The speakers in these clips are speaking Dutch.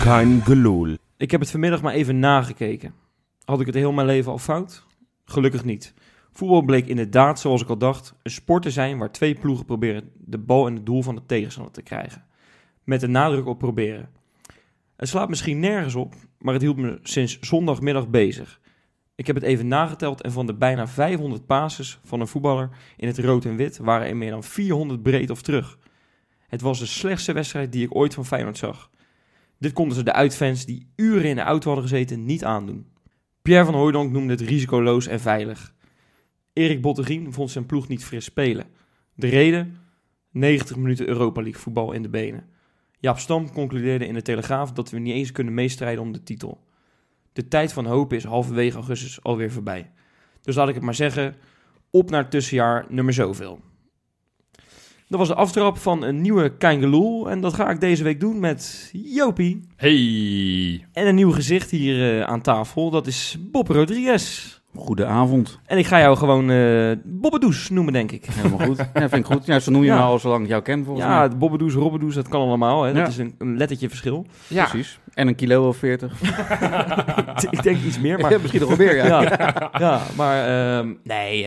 Kein gelul. Ik heb het vanmiddag maar even nagekeken. Had ik het heel mijn leven al fout? Gelukkig niet. Voetbal bleek inderdaad, zoals ik al dacht, een sport te zijn waar twee ploegen proberen de bal in het doel van de tegenstander te krijgen. Met de nadruk op proberen. Het slaat misschien nergens op, maar het hield me sinds zondagmiddag bezig. Ik heb het even nageteld en van de bijna 500 passes van een voetballer in het rood en wit waren er meer dan 400 breed of terug. Het was de slechtste wedstrijd die ik ooit van Feyenoord zag. Dit konden ze de uitfans die uren in de auto hadden gezeten niet aandoen. Pierre van Hooijdonk noemde het risicoloos en veilig. Erik Bottegien vond zijn ploeg niet fris spelen. De reden? 90 minuten Europa League voetbal in de benen. Jaap Stam concludeerde in de Telegraaf dat we niet eens kunnen meestrijden om de titel. De tijd van hoop is halverwege augustus alweer voorbij. Dus laat ik het maar zeggen, op naar het tussenjaar nummer zoveel. Dat was de aftrap van een nieuwe Kein Geloel. En dat ga ik deze week doen met Jopie. Hey! En een nieuw gezicht hier aan tafel. Dat is Bob Rodriguez. Goedenavond. En ik ga jou gewoon Bobbedoes noemen, denk ik. Helemaal goed. Ja, vind ik goed. Ja, zo noem je me al zolang ik jou ken, volgens mij. Ja, Bobbedoes, Robbedoes, dat kan allemaal. Hè. Ja. Dat is een lettertje verschil. Ja, Precies. En een kilo of 40. Ik denk iets meer, maar... Ja, misschien nog wel meer, ja. ja, maar nee,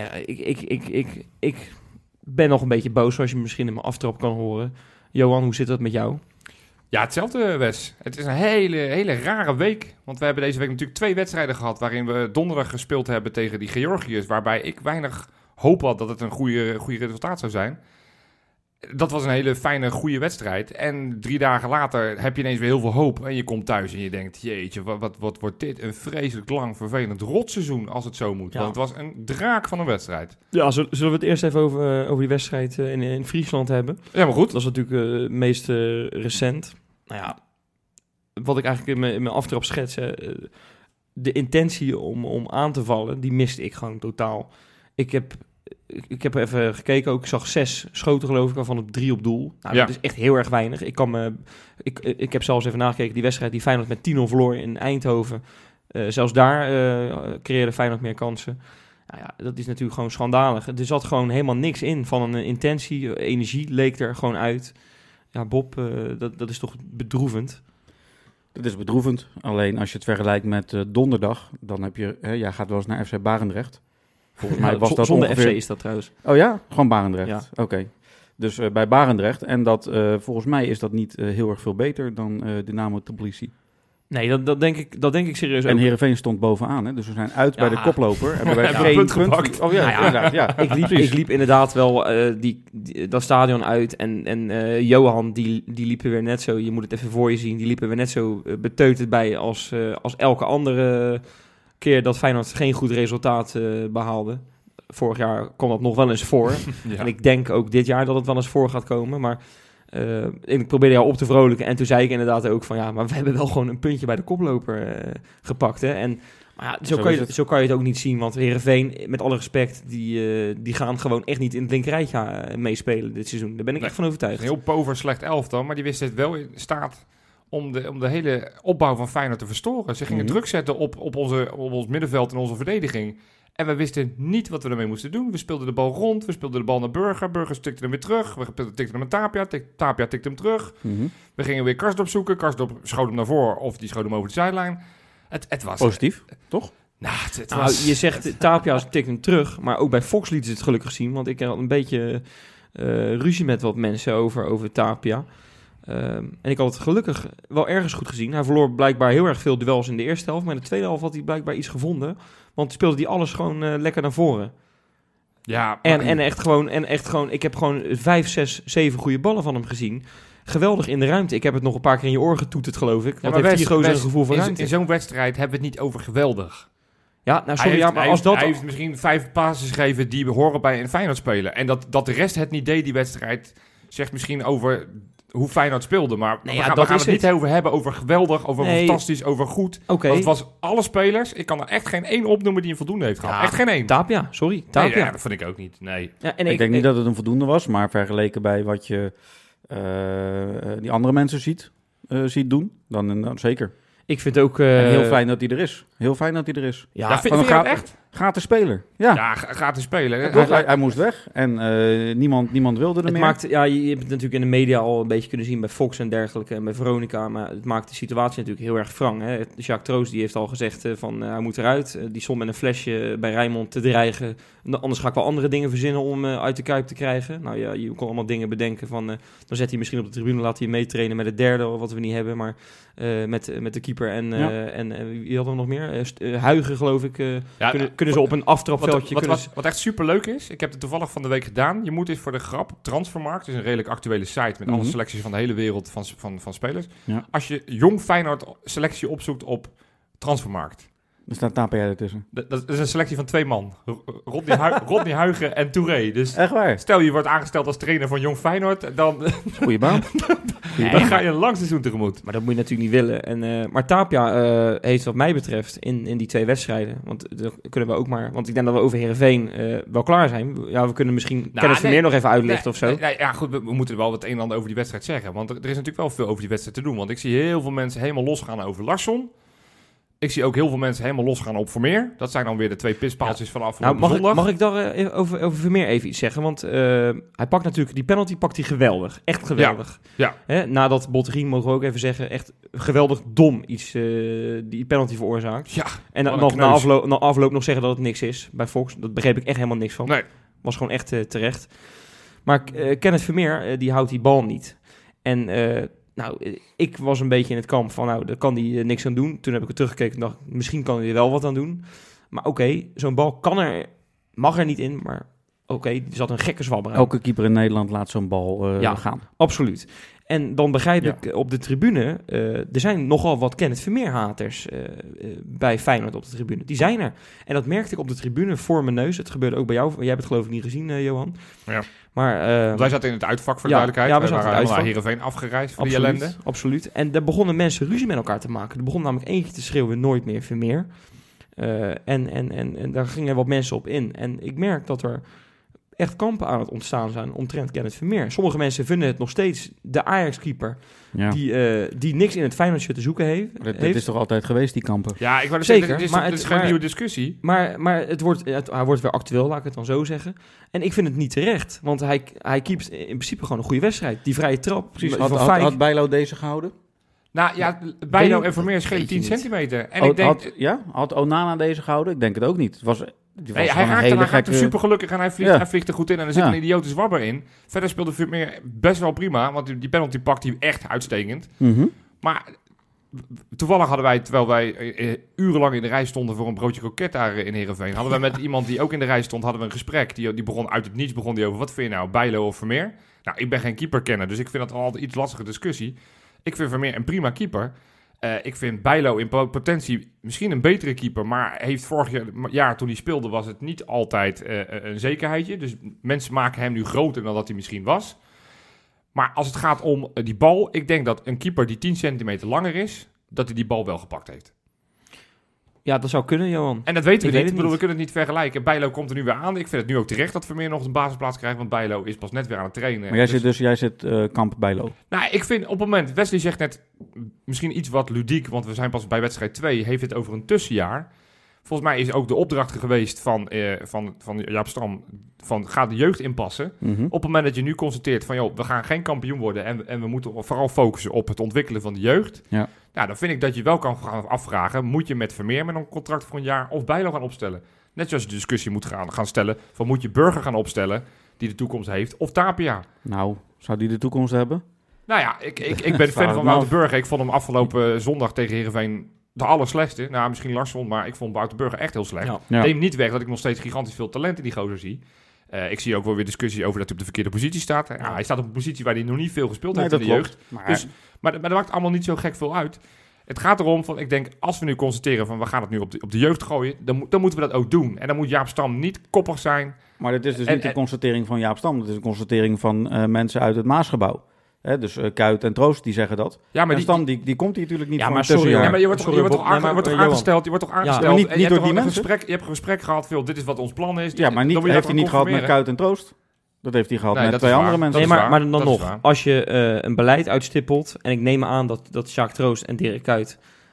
ik ben nog een beetje boos, zoals je misschien in mijn aftrap kan horen. Johan, hoe zit dat met jou? ja, hetzelfde, Wes. Het is een hele rare week. Want we hebben deze week natuurlijk 2 wedstrijden gehad... waarin we donderdag gespeeld hebben tegen die Georgiërs... waarbij ik weinig hoop had dat het een goede resultaat zou zijn. Dat was een hele fijne, goede wedstrijd. En 3 dagen later heb je ineens weer heel veel hoop... en je komt thuis en je denkt... jeetje, wat wordt dit een vreselijk lang, vervelend rotseizoen... als het zo moet. Ja. Want het was een draak van een wedstrijd. Ja, zullen we het eerst even over die wedstrijd in Friesland hebben? Ja, maar goed. Dat is natuurlijk het meest recent. Nou ja, wat ik eigenlijk in mijn aftrap schets... de intentie om aan te vallen, die miste ik gewoon totaal. Ik heb even gekeken, ook ik zag 6 schoten geloof ik, waarvan op 3 op doel. Nou, Ja. Dat is echt heel erg weinig. Ik heb zelfs even nagekeken, die wedstrijd die Feyenoord met 10-0 verloor in Eindhoven. Zelfs daar creëerde Feyenoord meer kansen. Nou ja, dat is natuurlijk gewoon schandalig. Er zat gewoon helemaal niks in van een intentie, energie leek er gewoon uit. Ja, Bob, dat is toch bedroevend. Dat is bedroevend. Alleen als je het vergelijkt met donderdag, dan heb je... jij gaat wel eens naar FC Barendrecht. Volgens mij was dat zonder ongeveer... FC is dat trouwens. Oh ja? Gewoon Barendrecht? Ja. Oké. Dus bij Barendrecht. En dat volgens mij is dat niet heel erg veel beter dan Dynamo Tbilisi. Nee, dat denk ik serieus En ook. Heerenveen stond bovenaan. Hè? Dus we zijn uit bij de koploper. Hebben wij Hebben geen punt gepakt. Oh ja, Nou ja, inderdaad. Ja. Ik liep inderdaad wel dat stadion uit en Johan, die liepen weer net zo, je moet het even voor je zien, die liepen weer net zo beteuterd bij als elke andere keer dat Feyenoord geen goed resultaat behaalde. Vorig jaar kwam dat nog wel eens voor. Ja. En ik denk ook dit jaar dat het wel eens voor gaat komen, maar ik probeerde jou op te vrolijken en toen zei ik inderdaad ook van ja, maar we hebben wel gewoon een puntje bij de koploper gepakt. Hè? En maar ja, zo kan je het ook niet zien, want Heerenveen, met alle respect, die gaan gewoon echt niet in het linkerrijtje meespelen dit seizoen. Daar ben ik echt van Het overtuigd. is een heel pover slecht elftal, maar die wist het wel in staat om de hele opbouw van Feyenoord te verstoren. Ze gingen druk zetten op ons middenveld en onze verdediging. En we wisten niet wat we ermee moesten doen. We speelden de bal rond, we speelden de bal naar Burger. Burger tikte hem weer terug. We tikten hem naar Tapia. Tapia tikte hem terug. Mhm. We gingen weer Karsdorp zoeken. Karsdorp schoot hem naar voren of die schoot hem over de zijlijn. Het was... Positief, toch? Nou, het Nou, was... je zegt Tapia tikt hem terug, maar ook bij Fox lieten ze het gelukkig zien, want ik had een beetje ruzie met wat mensen over Tapia. En ik had het gelukkig wel ergens goed gezien. Hij verloor blijkbaar heel erg veel duels in de eerste helft, maar in de tweede helft had hij blijkbaar iets gevonden, want speelde hij alles gewoon lekker naar voren. Ja, En echt gewoon, ik heb gewoon 5, 6, 7 goede ballen van hem gezien. Geweldig in de ruimte. Ik heb het nog een paar keer in je oren getoeterd, geloof ik. Wat heeft die gozer een gevoel van ruimte? In zo'n wedstrijd hebben we het niet over geweldig. Ja, nou sorry, Hij heeft misschien 5 passes gegeven die horen bij een Feyenoord spelen. En dat de rest het niet deed, die wedstrijd, zegt misschien over hoe Feyenoord speelde. Maar Nee, we ja, gaan dat het is niet over hebben over geweldig, over fantastisch, over goed. Oké. Want het was alle spelers. Ik kan er echt geen één opnoemen die een voldoende heeft gehad. Ja, echt geen één. Tapia, sorry. Tapia. Nee, ja, dat vind ik ook niet. Nee. Ja, en Ik denk niet dat het een voldoende was, maar vergeleken bij wat je die andere mensen ziet doen, dan zeker. Ik vind ook... En heel fijn dat hij er is. Heel fijn dat hij er is. Ja, Ja, vind je dat echt? Gratis speler. Ja. Ja, gaat hij spelen. Hij moest weg en niemand wilde er Het meer. maakt, ja, je hebt het natuurlijk in de media al een beetje kunnen zien bij Fox en dergelijke en bij Veronica, maar het maakt de situatie natuurlijk heel erg wrang. Hè. Jacques Troost die heeft al gezegd van hij moet eruit. Die stond met een flesje bij Rijnmond te dreigen. Anders ga ik wel andere dingen verzinnen om uit de Kuip te krijgen. Nou ja, je kon allemaal dingen bedenken van dan zet hij misschien op de tribune, laat hij meetrainen met het derde, wat we niet hebben, maar met de keeper en wie hadden we nog meer? Huigen geloof ik. Kunnen ze op een aftrapveldje... Wat echt superleuk is, ik heb het toevallig van de week gedaan. Je moet eens voor de grap op Transfermarkt, dus een redelijk actuele site met alle selecties van de hele wereld van spelers. Ja. Als je Jong Feyenoord selectie opzoekt op Transfermarkt. Er staat Tapia ertussen. Dat is een selectie van 2 man. Rodney Huigen en Touré. Dus echt waar? Stel je wordt aangesteld als trainer van Jong Feyenoord, dan... Goeie baan. Dan ga je een lang seizoen tegemoet. Maar dat moet je natuurlijk niet willen. Maar Tapia heeft wat mij betreft in die 2 wedstrijden... Want dat kunnen we ook maar... Want ik denk dat we over Heerenveen wel klaar zijn. Ja, we kunnen misschien Kenneth Vermeer nog even uitlichten of zo. Ja, goed, we moeten wel het een en ander over die wedstrijd zeggen. Want er is natuurlijk wel veel over die wedstrijd te doen. Want ik zie heel veel mensen helemaal losgaan over Larsson. Ik zie ook heel veel mensen helemaal losgaan op Vermeer. Dat zijn dan weer de 2 pispaaltjes van afgelopen zondag. Mag ik daar over Vermeer even iets zeggen? Want hij pakt natuurlijk... Die penalty pakt hij geweldig. Echt geweldig. Ja. Hè, nadat Botterien, mogen we ook even zeggen... Echt geweldig dom iets die penalty veroorzaakt. Ja. En dan nog na afloop nog zeggen dat het niks is bij Fox. Dat begreep ik echt helemaal niks van. Nee. Was gewoon echt terecht. Maar Kenneth Vermeer, die houdt die bal niet. En... ik was een beetje in het kamp van, daar kan hij niks aan doen. Toen heb ik het teruggekeken en dacht, misschien kan hij er wel wat aan doen. Maar oké, zo'n bal mag er niet in, maar er zat een gekke zwabber aan. Elke keeper in Nederland laat zo'n bal gaan. Absoluut. En dan begrijp ik op de tribune, er zijn nogal wat Kenneth Vermeer-haters bij Feyenoord op de tribune. Die zijn er. En dat merkte ik op de tribune voor mijn neus. Het gebeurde ook bij jou. Jij hebt het geloof ik niet gezien, Johan. Ja. Maar, wij zaten in het uitvak voor de duidelijkheid. Ja, we waren naar Heerenveen afgereisd voor die ellende. Absoluut. En daar begonnen mensen ruzie met elkaar te maken. Er begon namelijk eentje te schreeuwen, nooit meer Vermeer. En daar gingen wat mensen op in. En ik merk dat er echt kampen aan het ontstaan zijn omtrent Kenneth Vermeer. Sommige mensen vinden het nog steeds de Ajax-keeper die niks in het Feyenoord-shirt te zoeken heeft. Dit is toch altijd geweest, die kampen? Ja, ik wou zeker. Zeggen, het is geen nieuwe discussie. Maar hij wordt weer actueel, laat ik het dan zo zeggen. En ik vind het niet terecht, want hij keept in principe gewoon een goede wedstrijd. Die vrije trap. Precies. Had Bijlo deze gehouden? Nou ja, Bijlo en Vermeer schelen 10 centimeter. En had Onana deze gehouden? Ik denk het ook niet. Hij raakt er super gelukkig en hij vliegt er goed in en er zit een idiote zwabber in. Verder speelde Vermeer best wel prima, want die penalty pakt hij echt uitstekend. Mm-hmm. Maar toevallig hadden wij, terwijl wij urenlang in de rij stonden voor een broodje kroket daar in Heerenveen, hadden we met iemand die ook in de rij stond, hadden we een gesprek. Die begon uit het niets over, wat vind je nou, Bijlo of Vermeer? Nou, ik ben geen keeperkenner, dus ik vind dat altijd iets lastige discussie. Ik vind Vermeer een prima keeper. Ik vind Bijlo in potentie misschien een betere keeper, maar heeft vorig jaar toen hij speelde was het niet altijd een zekerheidje. Dus mensen maken hem nu groter dan dat hij misschien was. Maar als het gaat om die bal, ik denk dat een keeper die 10 centimeter langer is, dat hij die bal wel gepakt heeft. Ja, dat zou kunnen, Johan. En dat weten we niet. Ik bedoel, we kunnen het niet vergelijken. Bijlo komt er nu weer aan. Ik vind het nu ook terecht dat Vermeer nog een basisplaats krijgt, want Bijlo is pas net weer aan het trainen. Maar jij zit kamp Bijlo. Nou, ik vind op het moment, Wesley zegt net misschien iets wat ludiek, want we zijn pas bij wedstrijd 2, heeft het over een tussenjaar. Volgens mij is ook de opdracht geweest van Jaap Stam van ga de jeugd inpassen. Mm-hmm. Op het moment dat je nu constateert van we gaan geen kampioen worden en we moeten vooral focussen op het ontwikkelen van de jeugd. Ja. Nou, dan vind ik dat je wel kan gaan afvragen, moet je met Vermeer met een contract voor een jaar of Bijlo gaan opstellen? Net zoals je de discussie moet gaan stellen van moet je Burger gaan opstellen die de toekomst heeft of Tapia? Nou, zou die de toekomst hebben? Nou ja, ik ben fan van Wouter Burger. Ik vond hem afgelopen zondag tegen Heerenveen de allerslechtste. Nou, misschien Larsson, maar ik vond Wouter Burger echt heel slecht. Ja. Neem niet weg dat ik nog steeds gigantisch veel talent in die gozer zie. Ik zie ook wel weer discussies over dat hij op de verkeerde positie staat. Ja, hij staat op een positie waar hij nog niet veel gespeeld heeft in de jeugd. Maar dat maakt allemaal niet zo gek veel uit. Het gaat erom van, ik denk, als we nu constateren van we gaan het nu op de jeugd gooien, dan moeten we dat ook doen. En dan moet Jaap Stam niet koppig zijn. Maar dat is dus niet een constatering van Jaap Stam. Dat is een constatering van mensen uit het Maasgebouw. Dus Kuyt en Troost, die zeggen dat. Ja, maar Stam, die komt hier natuurlijk niet voor een tussenjaar. Ja, maar je wordt toch aangesteld. Je niet door die mensen. Je hebt een gesprek gehad, Phil, dit is wat ons plan is. Ja, maar heeft hij niet gehad met Kuyt en Troost? Dat heeft hij gehad met 2 andere mensen. Nee, maar dan nog, als je een beleid uitstippelt, en ik neem aan dat Jacques Troost en Dirk Kuyt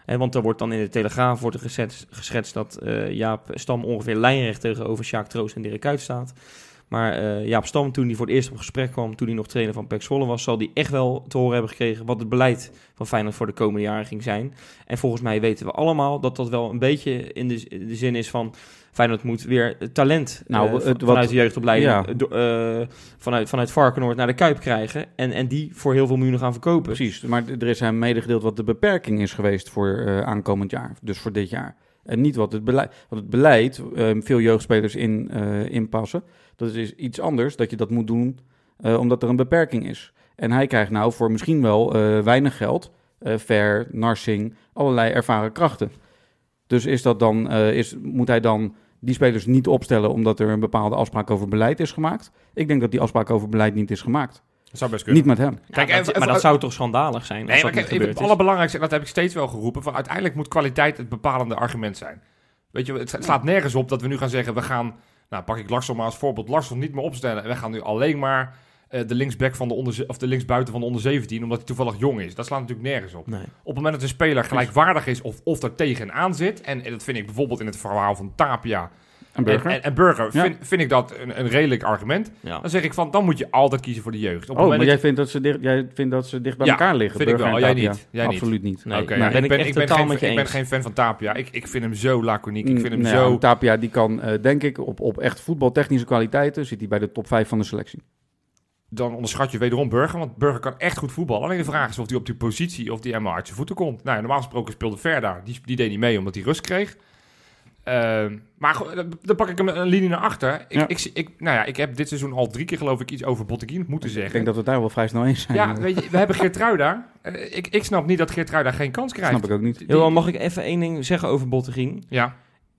Want er wordt dan in de Telegraaf geschetst dat Jaap Stam ongeveer lijnrecht tegenover Sjaak Troost en Dirk Kuyt staat. Maar Jaap Stam, toen hij voor het eerst op gesprek kwam, toen hij nog trainer van PEC Zwolle was, zal hij echt wel te horen hebben gekregen wat het beleid van Feyenoord voor de komende jaren ging zijn. En volgens mij weten we allemaal dat dat wel een beetje in de zin is van Feyenoord moet weer talent vanuit de jeugdopleiding vanuit Varkenoord naar de Kuip krijgen en die voor heel veel miljoenen gaan verkopen. Precies, maar er is hem medegedeeld wat de beperking is geweest voor aankomend jaar, dus voor dit jaar. En niet wat het beleid. Want het beleid, veel jeugdspelers inpassen, dat is iets anders dat je dat moet doen omdat er een beperking is. En hij krijgt nou voor misschien wel weinig geld, Ver, Narsing, allerlei ervaren krachten. Dus moet hij dan die spelers niet opstellen omdat er een bepaalde afspraak over beleid is gemaakt? Ik denk dat die afspraak over beleid niet is gemaakt. Dat zou best kunnen. Niet met hem. Kijk, maar dat zou toch schandalig zijn? Nee, maar het allerbelangrijkste, en dat heb ik steeds wel geroepen, van uiteindelijk moet kwaliteit het bepalende argument zijn. Weet je, het slaat nergens op dat we nu gaan zeggen, we gaan, nou pak ik Larsson maar als voorbeeld, Larsson niet meer opstellen. En we gaan nu alleen maar de linksback van de linksbuiten van de onder 17, omdat hij toevallig jong is. Dat slaat natuurlijk nergens op. Nee. Op het moment dat een speler gelijkwaardig is of er tegenaan zit, en dat vind ik bijvoorbeeld in het verhaal van Tapia en Burger, vind ik dat een redelijk argument. Ja. Dan zeg ik van, dan moet je altijd kiezen voor de jeugd. Maar jij vindt dat ze dicht bij elkaar liggen? Vind ik wel. Jij niet. Absoluut niet. Nee. Okay, ik ben geen fan van Tapia. Ik vind hem zo laconiek. Ik vind hem zo... Tapia die kan, denk ik, op echt voetbaltechnische kwaliteiten zit hij bij de top 5 van de selectie. Dan onderschat je wederom Burger, want Burger kan echt goed voetballen. Alleen de vraag is of hij op die positie, of die helemaal uit zijn voeten komt. Nou, normaal gesproken speelde Ver daar. Die deed niet mee omdat hij rust kreeg. Maar dan pak ik hem een linie naar achter. Ik heb dit seizoen al 3 keer geloof ik iets over Botteguin moeten zeggen. Ik denk dat we het daar wel vrij snel eens zijn. Ja, weet je, we hebben Geertruida. Ik snap niet dat Geertruida geen kans krijgt. Snap ik ook niet. Mag ik even één ding zeggen over Botteguin? Ja.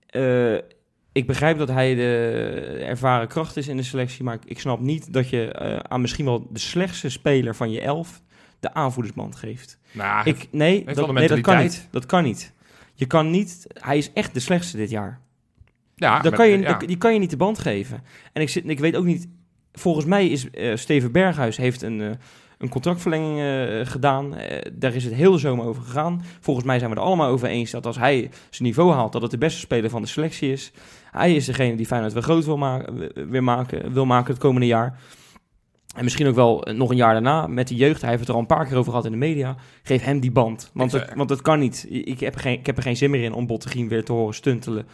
Ik begrijp dat hij de ervaren kracht is in de selectie, maar ik snap niet dat je aan misschien wel de slechtste speler van je 11 de aanvoerdersband geeft. Nou, dat kan niet. Dat kan niet. Je kan niet. Hij is echt de slechtste dit jaar. Ja, die kan je niet de band geven. En ik weet ook niet. Volgens mij is Steven Berghuis heeft een contractverlenging gedaan. Daar is het heel de zomer over gegaan. Volgens mij zijn we er allemaal over eens dat als hij zijn niveau haalt, dat het de beste speler van de selectie is. Hij is degene die Feyenoord weer groot wil maken het komende jaar. En misschien ook wel nog een jaar daarna met de jeugd. Hij heeft het er al een paar keer over gehad in de media. Geef hem die band. Want het kan niet. Ik heb er geen zin meer in om Botteguin weer te horen stuntelen.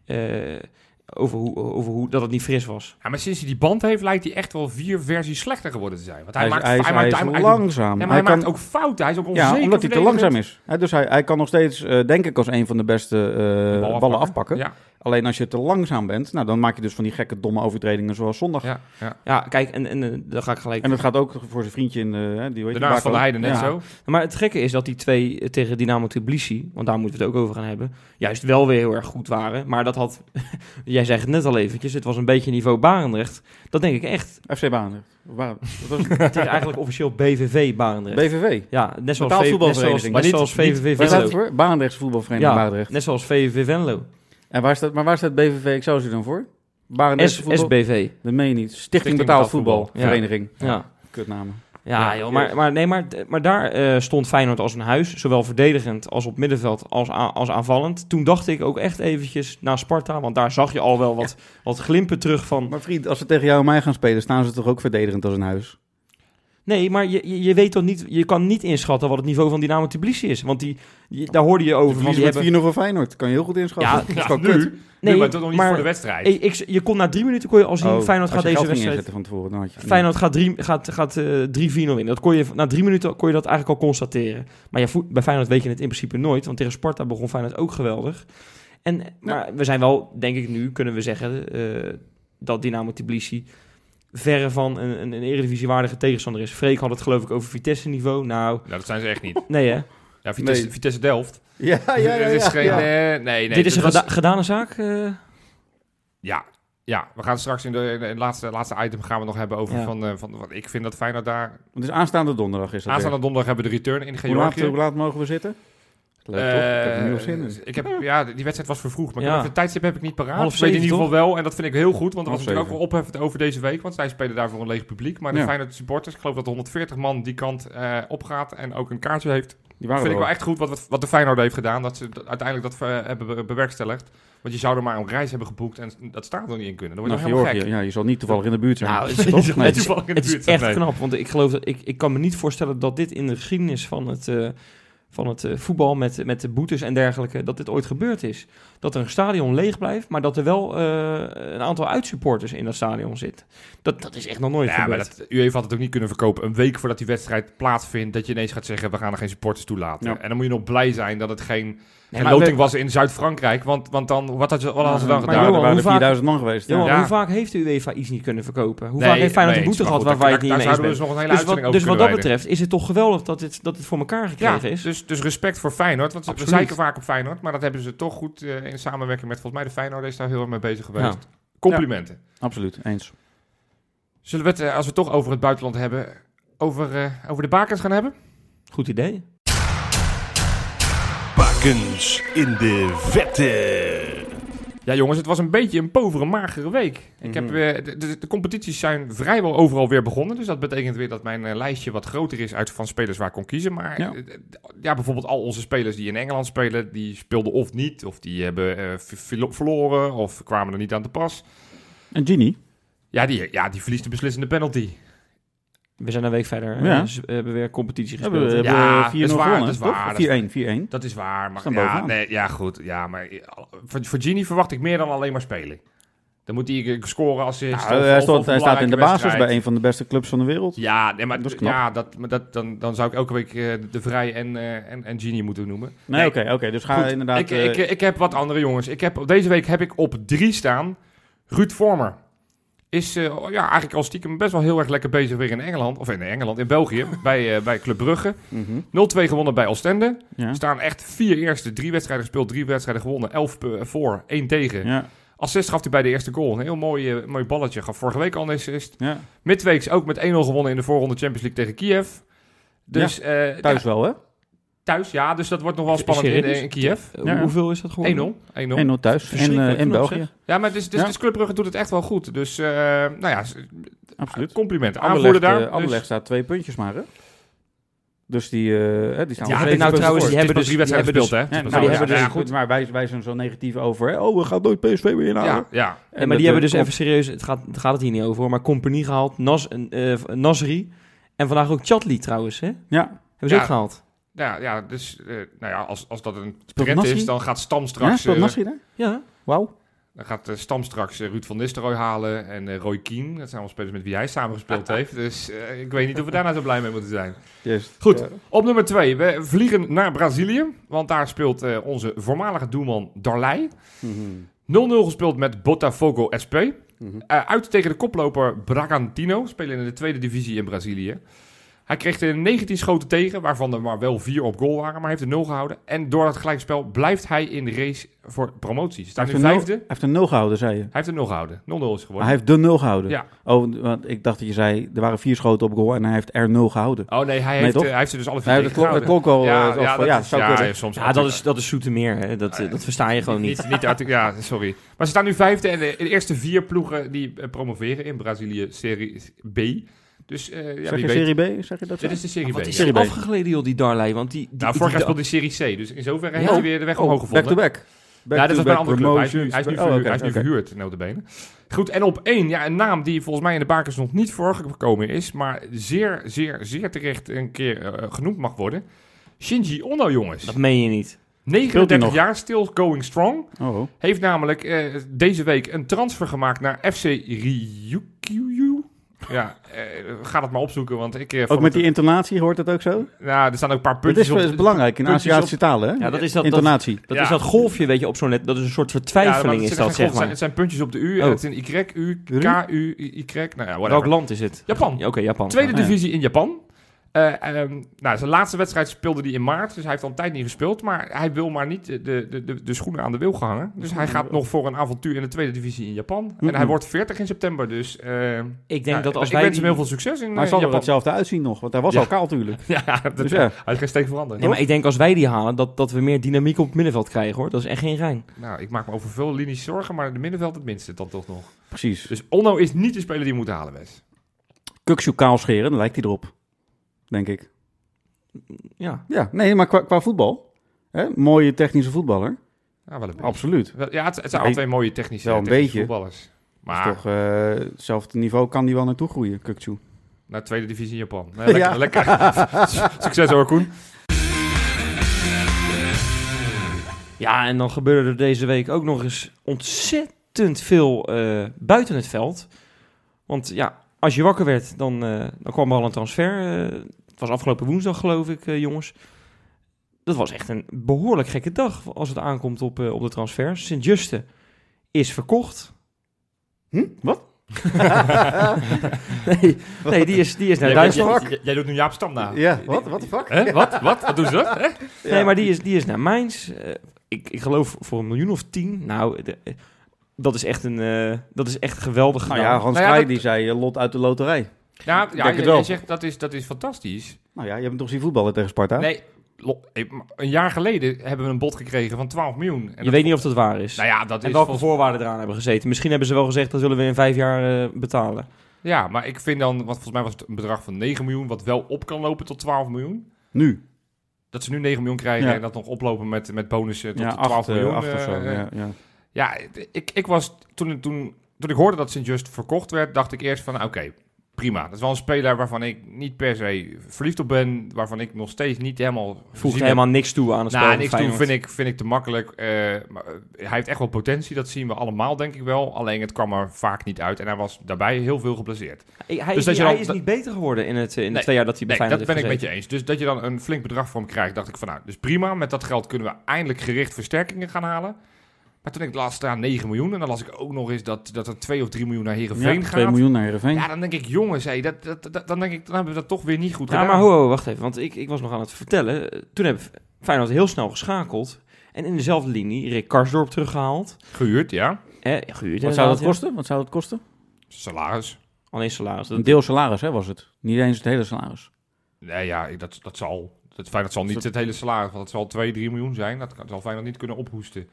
Over hoe dat het niet fris was. Ja, maar sinds hij die band heeft, lijkt hij echt wel 4 versies slechter geworden te zijn. Want hij is langzaam. Hij maakt ook fouten. Hij is ook onzeker. Ja, omdat hij te langzaam is. Dus hij kan nog steeds, denk ik, als een van de beste ballen afpakken. Ja. Alleen als je te langzaam bent, nou, dan maak je dus van die gekke, domme overtredingen zoals zondag. Ja, kijk, en dan ga ik gelijk... En dat gaat ook voor zijn vriendje in de Naast van de Heide net zo. Maar het gekke is dat die 2 tegen Dynamo Tbilisi, want daar moeten we het ook over gaan hebben, juist wel weer heel erg goed waren. Maar dat had... Jij zei het net al eventjes, het was een beetje niveau Barendrecht. Dat denk ik echt. FC Barendrecht. Het is eigenlijk officieel BVV Barendrecht. BVV? Ja, net zoals VVV Venlo. Wat staat het voor? Barendrechtse voetbalvereniging Barendrecht. Net zoals VVV Venlo. En waar staat BVV Excelsior dan voor? SBV. Dat meen je niet. Stichting Betaald Voetbalvereniging. Ja. Kutnamen. Ja, joh, maar daar stond Feyenoord als een huis. Zowel verdedigend als op middenveld als aanvallend. Toen dacht ik ook echt eventjes naar Sparta. Want daar zag je al wel wat glimpen terug van... Maar vriend, als ze tegen jou en mij gaan spelen, staan ze toch ook verdedigend als een huis? Nee, maar je weet toch niet... Je kan niet inschatten wat het niveau van Dynamo Tbilisi is. Want daar hoorde je over... Die hebben 4-0 van Feyenoord. Kan je heel goed inschatten. Ja, nu. Nee, maar toch nog niet voor de wedstrijd. Je kon na 3 minuten al zien... Feyenoord gaat deze wedstrijd... Van tevoren, dan had je, Feyenoord gaat 3-4-0 in. Dat kon je, na 3 minuten kon je dat eigenlijk al constateren. Maar bij Feyenoord weet je het in principe nooit. Want tegen Sparta begon Feyenoord ook geweldig. Maar we zijn wel, denk ik nu, kunnen we zeggen... dat Dynamo Tbilisi... verre van een eredivisiewaardige tegenstander is. Freek had het geloof ik over Vitesse-niveau. Nou, dat zijn ze echt niet. Nee, hè? Ja, Vitesse Delft. Ja. Dit is geen... nee. Dit is een gedane zaak? Ja, we gaan straks in de laatste item gaan we nog hebben over van wat ik vind dat Feyenoord daar... Het is aanstaande donderdag is dat. Aanstaande donderdag hebben we de return in Georgië. Hoe laat mogen we zitten? Leuk, toch? Ik heb er nu zin in. Die wedstrijd was vervroegd, maar het tijdstip heb ik niet paraat. Ik weet in ieder geval wel, en dat vind ik heel goed, want er was natuurlijk ook wel opheffend over deze week, want zij spelen daar voor een leeg publiek. Maar de Feyenoord supporters, ik geloof dat 140 man die kant opgaat en ook een kaartje heeft. Die waren Vind ik er wel echt goed wat de Feyenoord heeft gedaan. Dat ze uiteindelijk dat hebben bewerkstelligd. Want je zou er maar een reis hebben geboekt en dat staat er niet in kunnen. Dan word je Nou, nog helemaal Georgië, gek. ja, je zal niet toevallig in de buurt zijn. Nou, Toch? Nee, het is, toevallig in de het is buurt zijn, echt nee. knap, want ik geloof dat ik kan me niet voorstellen dat dit in de geschiedenis van het voetbal met de boetes en dergelijke, dat dit ooit gebeurd is. Dat er een stadion leeg blijft, maar dat er wel een aantal uitsupporters in dat stadion zit. Dat is echt nog nooit Ja, maar gebeurd. UEFA had het ook niet kunnen verkopen. Een week voordat die wedstrijd plaatsvindt, dat je ineens gaat zeggen, we gaan er geen supporters toelaten. Ja. En dan moet je nog blij zijn dat het geen maar loting was in Zuid-Frankrijk. Want dan, wat hadden ze dan maar gedaan? Johan, Er waren hoe er vaak- 4000 man geweest. Johan, Ja. hoe vaak heeft de UEFA iets niet kunnen verkopen? Hoe Nee, vaak heeft Feyenoord een mee boete eens. gehad Maar goed, waar je het niet daar mee eens zouden we bent? dus nog een hele Dus uitzending wat over dat kunnen wijden. betreft is het toch geweldig dat het voor elkaar gekregen is. Dus respect voor Feyenoord. Want we Absoluut. zeiken vaak op Feyenoord. Maar dat hebben ze toch goed in samenwerking met volgens mij de Feyenoord is daar heel erg mee bezig geweest. Ja. Complimenten. Absoluut, eens. Zullen we het, als we het toch over het buitenland hebben, over de bakens gaan hebben? Goed idee. Bakens in de vette. Ja jongens, het was een beetje een povere, magere week. Ik heb, de competities zijn vrijwel overal weer begonnen. Dus dat betekent weer dat mijn lijstje wat groter is van spelers waar ik kon kiezen. Maar ja, bijvoorbeeld al onze spelers die in Engeland spelen, die speelden of niet. Of die hebben verloren of kwamen er niet aan te pas. En Gini? Ja, die verliest de beslissende penalty. We zijn een week verder. Ja. Dus we hebben weer competitie Hebben gespeeld. we Ja, 4-0 dat is waar, gewonnen, dat is toch? waar. 4-1. Dat is waar. Maar Staan ja, bovenaan. nee, ja, goed. Ja, maar voor Gini verwacht ik meer dan alleen maar spelen. Dan moet hij scoren, assist. Nou, hij staat in de basis bij een van de beste clubs van de wereld. Ja, nee, maar Dat is knap. dan zou ik elke week De Vrij en Gini moeten noemen. Nee, oké. Dus ga Goed, inderdaad... ik heb wat andere jongens. Deze week heb ik op 3 staan Ruud Vormer. Is eigenlijk al stiekem best wel heel erg lekker bezig weer in Engeland. Of in België, bij Club Brugge. 0-2 gewonnen bij Oostende. ja. Staan echt 4 eerste, 3 wedstrijden gespeeld, 3 wedstrijden gewonnen. 11 voor, 1 tegen. Ja, Assist gaf hij bij de eerste goal. Een heel mooi balletje. Gaf vorige week al een assist. ja. Midweeks ook met 1-0 gewonnen in de voorronde Champions League tegen Kiev. Dus, Thuis wel, hè? thuis, ja. Dus dat wordt nog wel spannend Serieus? in Kiev. Ja. Hoeveel is dat geworden? 1-0. 1-0 thuis. Verschrikkelijk In knap, België. zeg. Ja, maar dus Club Brugge doet het echt wel goed. Dus, Absoluut. complimenten. Aanvoerder daar. Anderlecht Dus, staat 2 puntjes maar, hè? Dus die staan ja, nog nou steeds trouwens, voor. die die hebben dus 3 wedstrijden die hebben gespeeld, hè? Ja, Het is nou, maar die zo. hebben Ja, dus, maar wij zijn zo negatief over. Hè? Oh, we gaan nooit PSV weer inhalen. Ja. Ja, maar die hebben dus even serieus, het gaat het hier niet over, hoor, maar Compagnie gehaald, Nasri en vandaag ook Chatli trouwens, hè? Hebben Ja, ze ook gehaald. Ja, dus als dat een Speelt trend Nasri? is, dan gaat Stam ja straks... speelt Nasri daar? Ja. Wauw. Dan gaat Stam straks Ruud van Nistelrooy halen en Roy Keane. Dat zijn allemaal spelers met wie hij samengespeeld heeft. Dus ik weet niet of we daar nou zo blij mee moeten zijn. Juist. Goed. Ja. Op nummer 2. We vliegen naar Brazilië. Want daar speelt onze voormalige doelman Darley. 0-0 gespeeld met Botafogo SP. Uit tegen de koploper Bragantino. Spelen in de tweede divisie in Brazilië. Hij kreeg er 19 schoten tegen, waarvan er maar wel 4 op goal waren. Maar hij heeft er 0 gehouden. En door het gelijkspel blijft hij in de race voor promotie. Ze staan nu vijfde. Hij heeft een 0 gehouden, zei je. Hij heeft er 0 gehouden. 0-0 is Maar geworden. hij heeft de 0 gehouden. Ja. Oh, want ik dacht dat je zei, er waren 4 schoten op goal en hij heeft er 0 gehouden. Oh nee, hij Nee, heeft, toch? hij heeft ze dus alle 4 Nee, dat klonk wel. Zou kunnen. soms. Ja, dat is zoete meer, hè? Dat versta je gewoon niet. Ja, sorry. Maar ze staan nu vijfde en de eerste 4 ploegen die promoveren in Brazilië Serie B. Dus Zeg wie je weet. Serie B? Zeg je dat zo? Dit is de Serie B. Wat is ja. er Serie B. afgegleden, joh, die Darley? Want die Nou, vorig jaar speelde hij Serie C. Dus in zoverre heeft hij weer de weg omhoog gevonden. Back-to-back. Ja, dit was bij een andere club. Hij is nu Promotions. hij is nu verhuurd, notabene. Goed, en op 1, een naam die volgens mij in de bakens nog niet voorgekomen is, maar zeer, zeer, zeer terecht een keer genoemd mag worden. Shinji Ono, jongens. Dat meen je niet. 39 nog? jaar, still going strong. Oh. Heeft namelijk deze week een transfer gemaakt naar FC Ryukyu. Ja, ga dat maar opzoeken, want ik... Ook met die intonatie, hoort dat ook zo? Nou, er staan ook een paar Dat puntjes is op. belangrijk in puntjes Aziatische talen, hè? Ja, dat is dat Intonatie. Dat Ja. is dat golfje, weet je, op zo'n net. Dat is een soort Ja, vertwijfeling, maar is dat, zeg maar. Het zijn puntjes op de U. Oh. En het is een Y, U, K, U, Y. Nou ja, whatever. Welk land is het? Japan. Ja, oké, Japan. Tweede Ah, ja. divisie in Japan. Zijn laatste wedstrijd speelde hij in maart, dus hij heeft al een tijd niet gespeeld. Maar hij wil maar niet de schoenen aan de wil hangen. Dus hij gaat nog voor een avontuur in de tweede divisie in Japan. En hij wordt 40 in september, dus Ik denk dat als ik wij wens hem heel die... veel succes in Hij zal er Japan. hetzelfde uitzien nog, want hij was Ja. al kaal natuurlijk. Ja, Dus ja. hij is geen steek veranderd. Nee, maar ik denk als wij die halen, dat we meer dynamiek op het middenveld krijgen, hoor. Dat is echt geen gein. Nou, ik maak me over veel linies zorgen, maar de middenveld het minste dan toch nog. Precies. Dus Onno is niet de speler die we moeten halen, Wes. Kukshoe kaal scheren, dan lijkt hij erop. Denk ik. Ja. Ja, nee, maar qua voetbal. Hè? Mooie technische voetballer. Ja, wel een beetje. Absoluut. Ja, het zijn alle twee mooie technische Wel een beetje. voetballers. Maar Maar toch, hetzelfde niveau kan die wel naartoe groeien, Kukçu. naar tweede divisie in Japan. Nee, lekker, Ja. lekker. Succes hoor, Koen. Ja, en dan gebeurde er deze week ook nog eens ontzettend veel buiten het veld. Want ja, als je wakker werd, dan kwam er al een transfer. Het was afgelopen woensdag, geloof ik, jongens. Dat was echt een behoorlijk gekke dag als het aankomt op de transfers. Sint-Juste is verkocht. Wat? Nee, die is naar Duitsland. Jij doet nu Jaap Stam na. Ja, wat de fuck? Hè? Wat doen ze dat? Hè? Nee, maar die is naar Mainz. Ik geloof voor 1 miljoen of 10. Nou, dat is echt geweldig Nou gedaan. ja, Hans Nou ja, Kraaij dat- die zei lot uit de loterij. Ja, Denk het jij wel. zegt dat is fantastisch. Nou ja, je hebt hem toch zien voetballen tegen Sparta? Nee, een jaar geleden hebben we een bod gekregen van 12 miljoen. En Je weet niet of dat waar is. Nou ja, dat en is... welke voorwaarden eraan hebben gezeten. Misschien hebben ze wel gezegd, dat willen we in 5 jaar betalen. Ja, maar ik vind dan... Want volgens mij was het een bedrag van 9 miljoen... wat wel op kan lopen tot 12 miljoen. Nu? Dat ze nu 9 miljoen krijgen... Ja. en dat nog oplopen met bonussen tot Ja, 12 miljoen. acht of zo. Ja. Ja, ik was... Toen ik hoorde dat Sint-Just verkocht werd... dacht ik eerst van, oké, prima. Dat is wel een speler waarvan ik niet per se verliefd op ben... waarvan ik nog steeds niet helemaal... Voegt helemaal niks toe aan het spel. Nou, van niks doen Feyenoord. vind ik te makkelijk. Maar, hij heeft echt wel potentie, dat zien we allemaal, denk ik wel. Alleen het kwam er vaak niet uit. En hij was daarbij heel veel geblesseerd. Hij Dus dat je dan- is niet beter geworden in de Nee, 2 jaar dat hij bij Nee, dat Feyenoord ben ik heeft met je eens. Dus dat je dan een flink bedrag voor hem krijgt, dacht ik van nou, dus prima. Met dat geld kunnen we eindelijk gericht versterkingen gaan halen. Maar toen ik laatst staan 9 miljoen. En dan las ik ook nog eens dat er 2 of 3 miljoen naar Heerenveen Ja, gaat. 2 miljoen naar Heerenveen. Ja, dan denk ik, jongens, dan hebben we dat toch weer niet goed Ja, gedaan. maar ho, wacht even. Want ik was nog aan het vertellen. Toen heb Feyenoord heel snel geschakeld. En in dezelfde linie Rick Karsdorp teruggehaald. Gehuurd, ja. Gehuurd Wat zou dat inderdaad, kosten? Wat zou dat kosten? Salaris. ja. Alleen salaris. Een deel salaris, hè, was het. Niet eens het hele salaris. Nee, ja, dat zal... Het Feyenoord zal niet het hele salaris, want het zal 2-3 miljoen zijn. Dat zal Feyenoord niet kunnen ophoesten.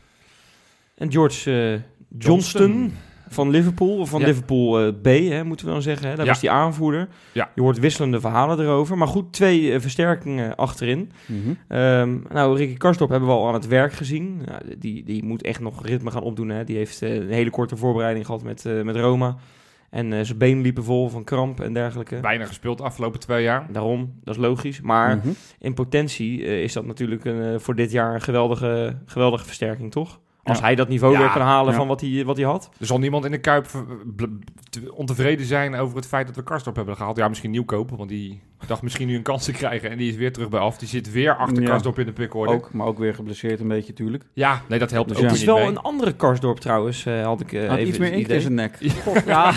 En George Johnston van Liverpool. Of van Ja. Liverpool B, hè, moeten we dan zeggen. Hè? Dat Ja. was die aanvoerder. Ja. Je hoort wisselende verhalen erover. Maar goed, 2 versterkingen achterin. Nou, Ricky Karsdorp hebben we al aan het werk gezien. Nou, die moet echt nog ritme gaan opdoen. Hè. Die heeft een hele korte voorbereiding gehad met Roma. En zijn benen liepen vol van kramp en dergelijke. Weinig gespeeld de afgelopen 2 jaar. Daarom, dat is logisch. Maar in potentie is dat natuurlijk voor dit jaar een geweldige versterking, toch? Als Ja. hij dat niveau Ja. weer kan halen Ja. van wat hij had. Er zal niemand in de Kuip ontevreden zijn over het feit dat we Karsdorp hebben gehaald. Ja, misschien Nieuwkoop, want die dacht misschien nu een kans te krijgen. En die is weer terug bij af. Die zit weer achter Ja. Karsdorp in de pickorde. Maar ook weer geblesseerd een beetje, natuurlijk. Ja, nee, dat helpt Dus ook ja. Het weer is niet wel mee. een andere Karsdorp trouwens, had ik Had even iets meer het inkt in idee. zijn nek. Ja,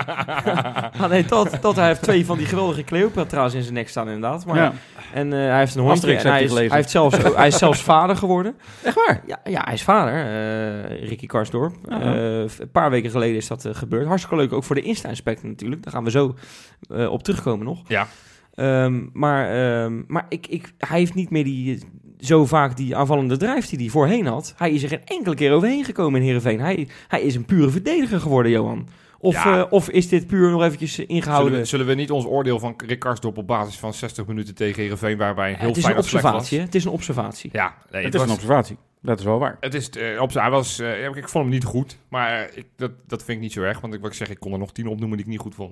nee, dat hij heeft 2 van die geweldige Cleopatra's in zijn nek staan inderdaad. Maar, Ja. En hij heeft een hondje Asterix en heeft hij gelezen. hij is zelfs vader geworden. Echt waar? Ja, hij is vader, Ricky Karsdorp. Een paar weken geleden is dat gebeurd. Hartstikke leuk, ook voor de Insta-inspector natuurlijk. Daar gaan we zo op terugkomen nog. Ja. Maar hij heeft niet meer zo vaak die aanvallende drijf die hij voorheen had. Hij is er geen enkele keer overheen gekomen in Heerenveen. Hij is een pure verdediger geworden, Johan. Of is dit puur nog eventjes ingehouden? Zullen we niet ons oordeel van Rick Karsdorp op basis van 60 minuten tegen Heerenveen, waarbij een heel Het is een fijn slecht was? observatie, hè? Het is een observatie. Ja, nee, Het is een observatie. Dat is wel waar. Het is, hij was, ik vond hem niet goed, maar dat vind ik niet zo erg. Want ik zeg, ik kon er nog 10 opnoemen die ik niet goed vond.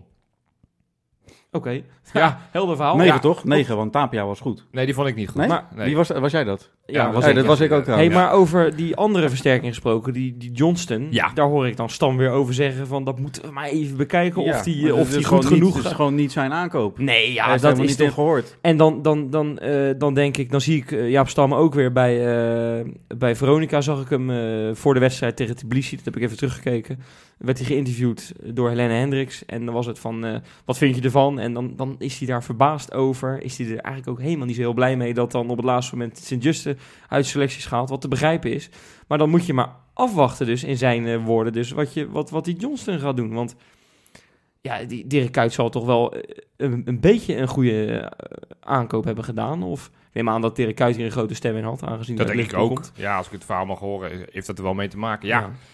Oké. Ja. Helder verhaal. 9 Ja. toch? 9, want Tapia was goed. Nee, die vond ik niet goed. Nee? Maar- Nee. Wie was jij dat? Ja, was Nee, ik, dat ja. was ik ook trouwens. Hey, maar over die andere versterking gesproken, die Johnston, Ja. daar hoor ik dan Stam weer over zeggen van dat moeten we maar even bekijken of die maar dat is goed gewoon genoeg Het is gaat. gewoon niet zijn aankoop. Nee, Hij ja, heeft dat helemaal is niet in toch... gehoord. En dan denk ik, dan zie ik Jaap Stam ook weer bij Veronica, zag ik hem voor de wedstrijd tegen Tbilisi, dat heb ik even teruggekeken, werd hij geïnterviewd door Helene Hendricks en dan was het van, wat vind je ervan? En dan is hij daar verbaasd over, is hij er eigenlijk ook helemaal niet zo heel blij mee dat dan op het laatste moment Sint-Juste uit selecties gehaald, wat te begrijpen is. Maar dan moet je maar afwachten dus in zijn woorden, dus wat die Johnston gaat doen, want ja, die Dirk Kuyt zal toch wel een beetje een goede aankoop hebben gedaan. Of ik neem aan dat Dirk Kuyt hier een grote stem in had, aangezien Dat hij denk uit ik Liverpool ook. Ja, als ik het verhaal mag horen, heeft dat er wel mee te maken. Ja,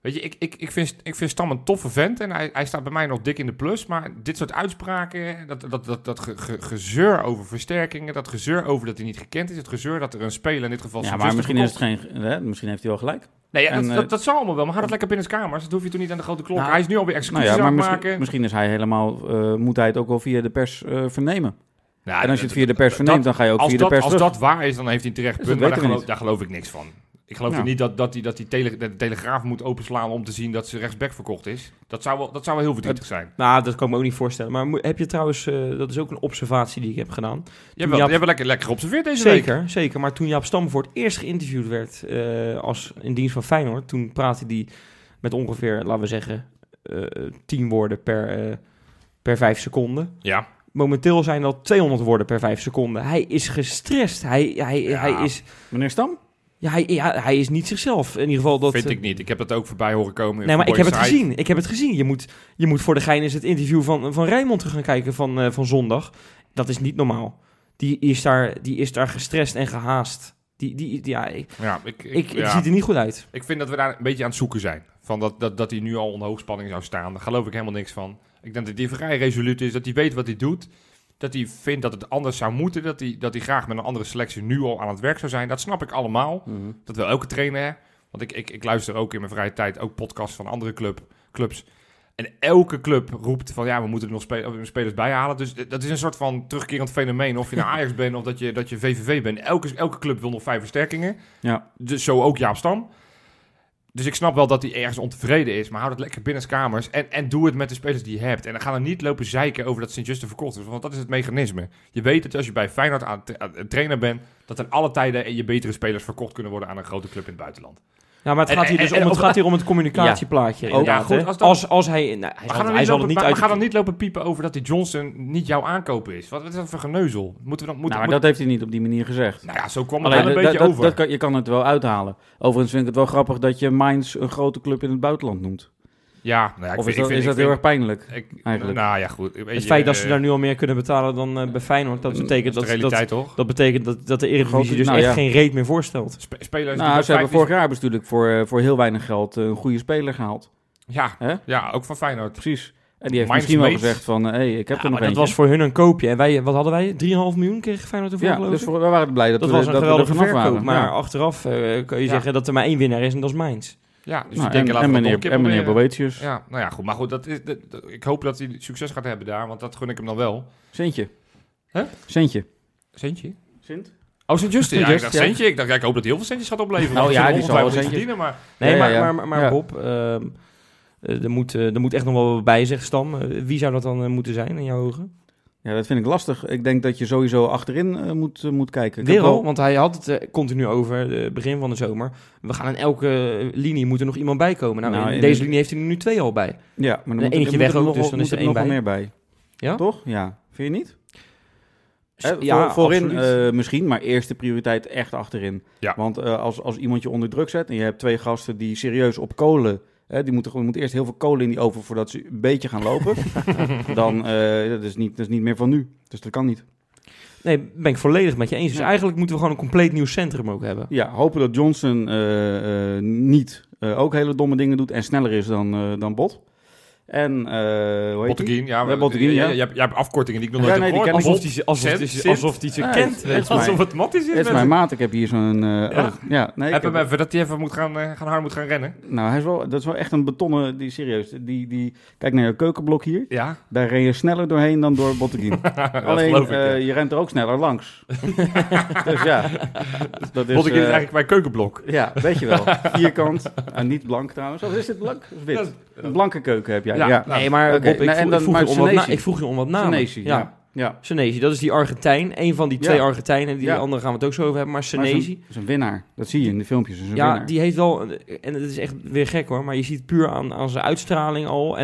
Weet je, ik vind Stam een toffe vent en hij staat bij mij nog dik in de plus. Maar dit soort uitspraken, dat gezeur over versterkingen, dat gezeur over dat hij niet gekend is, het gezeur dat er een speler in dit geval... Ja, maar misschien misschien heeft hij wel gelijk. Nee, En, dat zal allemaal wel, maar ga dat lekker binnen de kamers. Dat hoef je toen niet aan de grote klok. Nou, Hij is nu alweer excuses aan het maken. Misschien is hij helemaal, moet hij het ook wel via de pers vernemen. Ja, en als je het via de pers verneemt, dan ga je ook via de pers Als terug. dat waar is, dan heeft hij een terecht Dus punt, dat maar weten we daar geloof ik niks van. Ik geloof niet dat de Telegraaf moet openslaan om te zien dat ze rechtsback verkocht is. Dat zou wel heel verdrietig zijn. Nou, dat kan ik me ook niet voorstellen. Maar heb je trouwens, dat is ook een observatie die ik heb gedaan. Je hebt lekker geobserveerd deze week. Zeker. Maar toen Jaap Stam voor het eerst geïnterviewd werd als in dienst van Feyenoord, toen praatte hij met ongeveer, laten we zeggen, 10 woorden per 5 seconden. Ja. Momenteel zijn dat 200 woorden per 5 seconden. Hij is gestrest. Hij is... Meneer Stam? Ja, hij is niet zichzelf. In ieder geval dat... Vind ik niet. Ik heb dat ook voorbij horen komen. Nee, maar ik heb het gezien. Je moet voor de gein eens het interview van Rijnmond te gaan kijken van zondag. Dat is niet normaal. Die is daar gestrest en gehaast. Het ziet er niet goed uit. Ik vind dat we daar een beetje aan het zoeken zijn. Van dat hij nu al onder hoogspanning zou staan. Daar geloof ik helemaal niks van. Ik denk dat hij vrij resoluut is. Dat hij weet wat hij doet. Dat hij vindt dat het anders zou moeten. Dat hij graag met een andere selectie nu al aan het werk zou zijn. Dat snap ik allemaal. Mm-hmm. Dat wil elke trainer. Want ik luister ook in mijn vrije tijd ook podcasts van andere clubs. En elke club roept van ja, we moeten er nog spelers bij halen. Dus dat is een soort van terugkerend fenomeen. Of je naar Ajax bent of dat je VVV bent. Elke club wil nog 5 versterkingen. Ja. Dus zo ook Jaap Stam. Dus ik snap wel dat hij ergens ontevreden is. Maar houd het lekker binnenskamers. En doe het met de spelers die je hebt. En dan ga er niet lopen zeiken over dat Sint-Juste verkocht is. Want dat is het mechanisme. Je weet dat als je bij Feyenoord aan het trainer bent, dat in alle tijden je betere spelers verkocht kunnen worden aan een grote club in het buitenland. Ja, maar het gaat hier om het communicatieplaatje. Ja. Goed, als hij... Nou, hij zal het niet uit... Ga dan niet lopen piepen over dat die Johnson niet jouw aankopen is. Wat is dat voor geneuzel? Maar dat heeft hij niet op die manier gezegd. Nou ja, zo kwam het wel een beetje over. Je kan het wel uithalen. Overigens vind ik het wel grappig dat je Mainz een grote club in het buitenland noemt. Ja, nou ja, of is dat heel erg pijnlijk? Eigenlijk. Nou ja, goed. Het feit dat ze daar nu al meer kunnen betalen dan bij Feyenoord, dat betekent dat betekent dat de Eredivisie dus echt geen reet meer voorstelt. Spelers ze hebben vorig jaar natuurlijk voor heel weinig geld een goede speler gehaald. Ja, ook van Feyenoord. Precies. En die heeft misschien wel gezegd van, ik heb er nog eentje. Dat was voor hun een koopje. En wij, wat hadden wij? 3,5 miljoen kreeg Feyenoord ervoor, geloof ik? Dus we waren blij dat was een geweldige verkoop. Maar ja. achteraf kun je zeggen dat er maar 1 winnaar is en dat is Mainz. Ja, dus en meneer Boetius. Ja, nou ja, goed. Maar goed, ik hoop dat hij succes gaat hebben daar, want dat gun ik hem dan wel. Centje. Centje? Sint? Oh, Sint-Juste. Ja, ik dacht centje. Ik hoop dat hij heel veel centjes gaat opleveren. Nou ja, die zal wel centjes verdienen, maar... Nee, maar Bob, er moet echt nog wel wat bij, zegt Stam. Wie zou dat dan moeten zijn in jouw ogen? Ja, dat vind ik lastig. Ik denk dat je sowieso achterin moet kijken. Weer al, want hij had het continu over het begin van de zomer. We gaan in elke linie moet er nog iemand bij komen. Nou in deze linie heeft hij er nu 2 al bij. Ja, maar dan eentje weg ook, dus dan is er 1 bij. Nog meer bij. Ja? Toch? Ja. Vind je niet? Ja, voorin misschien, maar eerste prioriteit echt achterin. Ja. Want als iemand je onder druk zet en je hebt 2 gasten die serieus op kolen... die moeten eerst heel veel kolen in die oven voordat ze een beetje gaan lopen. Dan dat is niet meer van nu. Dus dat kan niet. Nee, ben ik volledig met je eens. Dus eigenlijk moeten we gewoon een compleet nieuw centrum ook hebben. Ja, hopen dat Johnson niet ook hele domme dingen doet en sneller is dan Bot. En hoe heet Botteguin, ja. Botteguin, ja. Je hebt afkortingen die ik nog nooit heb gehoord. Alsof hij ze kent. Alsof het mat is. Het is mijn maat. Ik heb hier zo'n... heb hem even dat hij even hard moet gaan rennen. Nou, dat is wel echt een betonnen... Serieus. Kijk naar je keukenblok hier. Ja. Daar ren je sneller doorheen dan door Botteguin. Alleen, je rent er ook sneller langs. Dus ja. Botteguin is eigenlijk mijn keukenblok. Ja, weet je wel. Vierkant. Niet blank trouwens. Of is dit blank? Of wit? Een blanke keuken heb jij. Ja. Nee, maar Bob, ik vroeg je om wat namen. Senesi, ja. Senesi, dat is die Argentijn. Een van die 2 Argentijnen. Die andere gaan we het ook zo over hebben. Maar Senesi... Dat is een winnaar. Dat zie je in de filmpjes. Winnaar. Die heeft wel... En het is echt weer gek hoor. Maar je ziet puur aan zijn uitstraling al.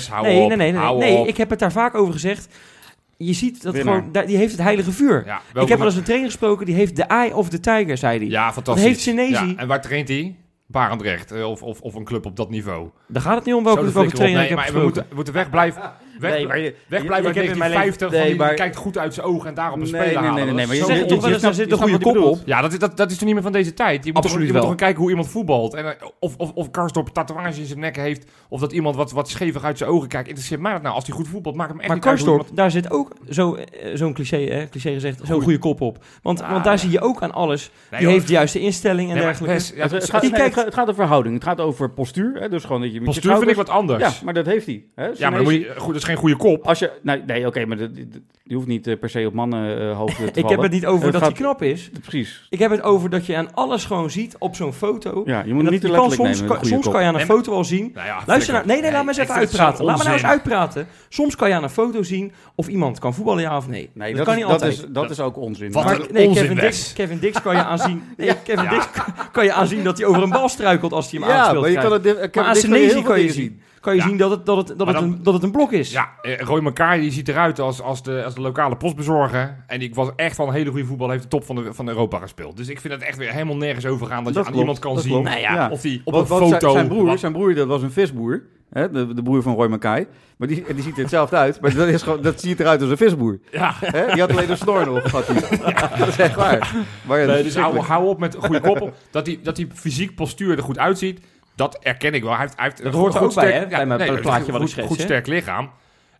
Nee, ik heb het daar vaak over gezegd. Je ziet dat gewoon... Die heeft het heilige vuur. Ja, ik heb wel eens een trainer gesproken. Die heeft de Eye of the Tiger, zei hij. Ja, fantastisch. Dat heeft Senesi. Ja, en waar traint hij? Barendrecht of een club op dat niveau. Daar gaat het niet om welke trainer ik heb gesproken. We moeten wegblijven. Wegblijven uit ik heb in mijn 1950, leven- die kijkt goed uit zijn ogen en daarop een speler halen. Nee, maar Dat is je zo zegt toch onzin. wel eens, daar zit een je snapt goede wat ik kop bedoel. op. Ja, dat is toch niet meer van deze tijd? Je moet Absoluut toch wel. gewoon kijken hoe iemand voetbalt. En, of Karsdorp tatoeage in zijn nek heeft. Of dat iemand wat schevig uit zijn ogen kijkt. Interesseert mij dat nou? Als hij goed voetbalt, maakt hem echt Maar niet uit hoe Karsdorp, daar zit ook zo'n cliché gezegd, zo'n goede kop op. Want daar zie je ook aan alles. Nee, Die joh. heeft de juiste instelling en Nee, maar dergelijke. Wes, ja, Het gaat over verhouding. Het gaat over postuur. Hè? Dus gewoon dat je met je postuur vind ik schouders- wat anders. Ja, maar dat heeft hij. Hè? Ja, maar dan moet je, goed, dat is geen goede kop. Als je, nee, oké, maar je hoeft niet per se op mannenhoofden te Ik vallen. heb het niet over Het dat gaat- hij knap is. Precies. Ik heb het over dat je aan alles gewoon ziet op zo'n foto. Ja, je En moet dat niet te je kan letterlijk soms, nemen. met een soms goede kan je aan een Nee, maar- foto al zien. Nou ja, Luister nou, nee, laat me eens ik even vind het zo'n uitpraten. Laat me nou eens onzin. uitpraten. Soms kan je aan een foto zien of iemand kan voetballen, ja of nee. kop. Nee, dat kan niet altijd. dat is ook onzin. Wat Maar- een onzin, Kevin Dix kan je aanzien. Nee, Kevin Dix kan je aanzien dat hij over een bal struikelt als hij hem aangespeeld maar je krijgt. kan het. Maar aan Senesi kan je zien. Kan je Ja. zien dat het een blok is. Ja, Roy Makaay die ziet eruit als de lokale postbezorger. En die was echt van een hele goede voetbal. Heeft de top van Europa gespeeld. Dus ik vind het echt weer helemaal nergens over gaan dat je aan klopt, iemand kan dat zien. klopt. Nou ja, Of die op Wat- een wat foto. Zijn broer, dat was een visboer. Hè? De broer van Roy Makaay. Maar die ziet er hetzelfde uit. Maar dat ziet eruit als een visboer. Ja. Hè? Die had alleen een snor nog. Had hij. Dat is echt waar. Maar ja, Nee, dat dus is hou op met een goede koppel. Dat die fysiek postuur er goed uitziet. Dat erken ik wel. Hij heeft Dat hoort er ook bij, hè, bij mijn nee, plaatje wat ik goed, schets, goed hè. sterk lichaam.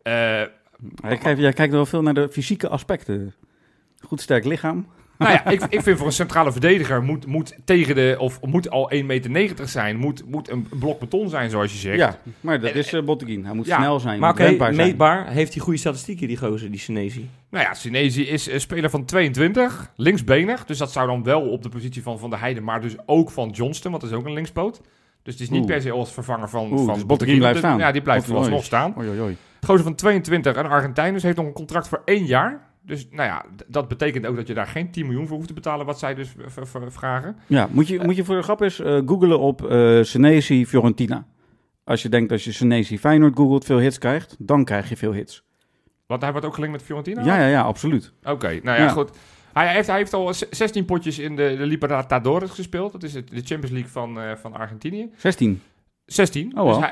Jij kijkt wel veel naar de fysieke aspecten. Goed sterk lichaam. Nou ja, ik vind voor een centrale verdediger moet tegen of moet al 1,90 meter zijn. Moet een blok beton zijn, zoals je zegt. Ja, maar dat is Botteguin. Hij moet Ja, snel zijn, Maar moet oké, wendbaar zijn. meetbaar. Heeft hij goede statistieken, die gozer, die Senesi? Nou ja, Senesi is speler van 22, linksbenig. Dus dat zou dan wel op de positie van de Heide, maar dus ook van Johnston, want dat is ook een linkspoot. Dus het is niet per se als vervanger van dus Botteguin blijft staan. Ja, die blijft Oei. vooralsnog staan. Oei. Gozer van 22, een Argentijn, dus heeft nog een contract voor 1 jaar. Dus nou ja, dat betekent ook dat je daar geen 10 miljoen voor hoeft te betalen, wat zij dus vragen. Ja, moet je voor de grap eens googlen op Senesi Fiorentina. Als je denkt dat je Senesi Feyenoord googelt, veel hits krijgt, dan krijg je veel hits. Want hij wordt ook gelinkt met Fiorentina? Ja, absoluut. Oké, nou ja, Ja. goed. Hij heeft al 16 potjes in de Libertadores gespeeld. Dat is de Champions League van Argentinië. 16. 16. Oh, Dus wel. hij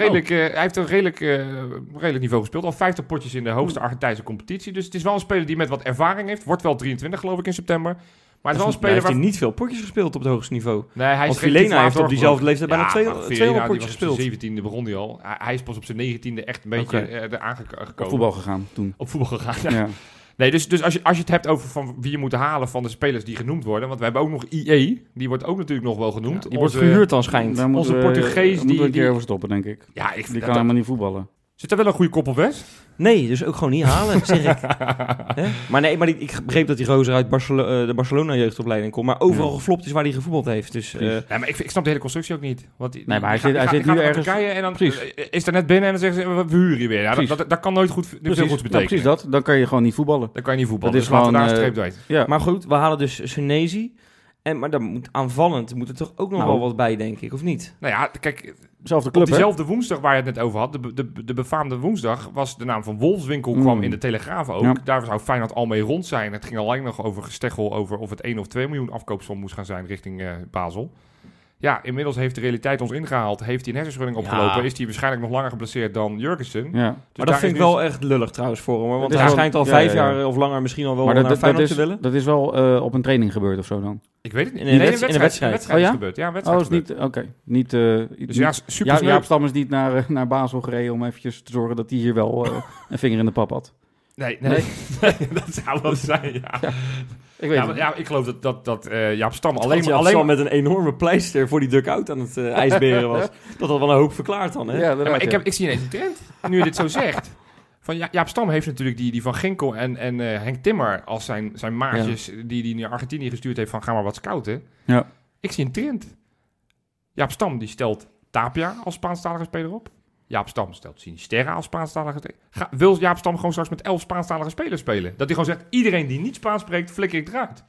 heeft een redelijk niveau gespeeld. Al 50 potjes in de hoogste Argentijnse competitie. Dus het is wel een speler die met wat ervaring heeft. Wordt wel 23 geloof ik in september. Maar het is wel een Hij speler heeft waar... hij niet veel potjes gespeeld op het hoogste niveau. Nee, hij Want is relatief Vilena heeft laat op diezelfde doorgelopen. leeftijd bijna maar 200 Vilena, potjes die was gespeeld. op zijn 17e begon hij al. Hij is pas op zijn 19e echt een beetje Op gekomen. voetbal gegaan toen. Op voetbal gegaan. Ja. Nee, dus als je het hebt over van wie je moet halen van de spelers die genoemd worden. Want we hebben ook nog IE. Die wordt ook natuurlijk nog wel genoemd. Die wordt Onze- verhuurd dan schijnt. Daar moeten Onze Portugees daar moeten we een die- keer over stoppen, denk ik. Ja, Die kan helemaal niet voetballen. Zit er wel een goede kop op, Wes? Nee, dus ook gewoon niet halen, zeg ik. Hè? Maar ik begreep dat die gozer uit de Barcelona jeugdopleiding komt. Maar overal geflopt is waar hij gevoetbald heeft. Dus Ja, maar ik snap de hele constructie ook niet. Want die, Nee, maar hij die zit gaat nu naar ergens- Turkije en dan Precies. is er net binnen en dan zeggen ze, we huren je weer. Ja, Precies. dat kan nooit veel goeds betekenen. precies dat. Dan kan je gewoon niet voetballen. Dan kan je niet voetballen. Dat is Dus laten we daar een gewoon, streep uit. Ja. Maar goed, we halen dus Senesi. Maar daar moet aanvallend moet er toch ook nog Nou. wel wat bij, denk ik, of niet? Nou ja, kijk, Zelfde op club, hè? diezelfde woensdag waar je het net over had, de befaamde woensdag, was de naam van Wolfswinkel kwam in de Telegraaf ook. Ja. Daar zou Feyenoord al mee rond zijn. Het ging alleen nog over gesteggel over of het 1 of 2 miljoen afkoopsom moest gaan zijn richting Basel. Ja, inmiddels heeft de realiteit ons ingehaald. Heeft hij een hersenschudding opgelopen? Ja. Is hij waarschijnlijk nog langer geblesseerd dan Jurgensen? Ja. Dus Maar daar dat is vind ik dus- wel echt lullig trouwens voor hem. Hoor. Want Het is hij wel- schijnt al ja, 5 ja. jaar of langer misschien al wel Maar naar Feyenoord te is, willen. dat is wel op een training gebeurd of zo dan? Ik weet het niet. In een Nee, wedstrijd. Een wedstrijd Oh ja? is gebeurd. Ja, een Oh, wedstrijd is gebeurd. niet... Oké. Niet... Dus ja, super sneu. Jaap Stam is niet naar Basel gereden om eventjes te zorgen dat hij hier wel een vinger in de pap had. Nee, dat zou wel zijn, ja. Ik weet Ja, het maar, ja, ik geloof dat Jaap Stam Alleen alleen maar... met een enorme pleister voor die duck-out aan het ijsberen was. Dat had wel een hoop verklaard dan, hè? Ja, Ja, inderdaad, maar ja. ik zie ineens een trend, nu je dit zo zegt. Van Jaap Stam heeft natuurlijk die van Ginkel en Henk Timmer als zijn maatjes die hij naar Argentinië gestuurd heeft van ga maar wat scouten. Ja. Ik zie een trend. Jaap Stam die stelt Tapia als Spaanstalige speler op. Jaap Stam stelt Sinisterra als Spaanstalige speler. Wil Jaap Stam gewoon straks met 11 Spaanstalige spelers spelen? Dat hij gewoon zegt, iedereen die niet Spaans spreekt, flikker ik eruit.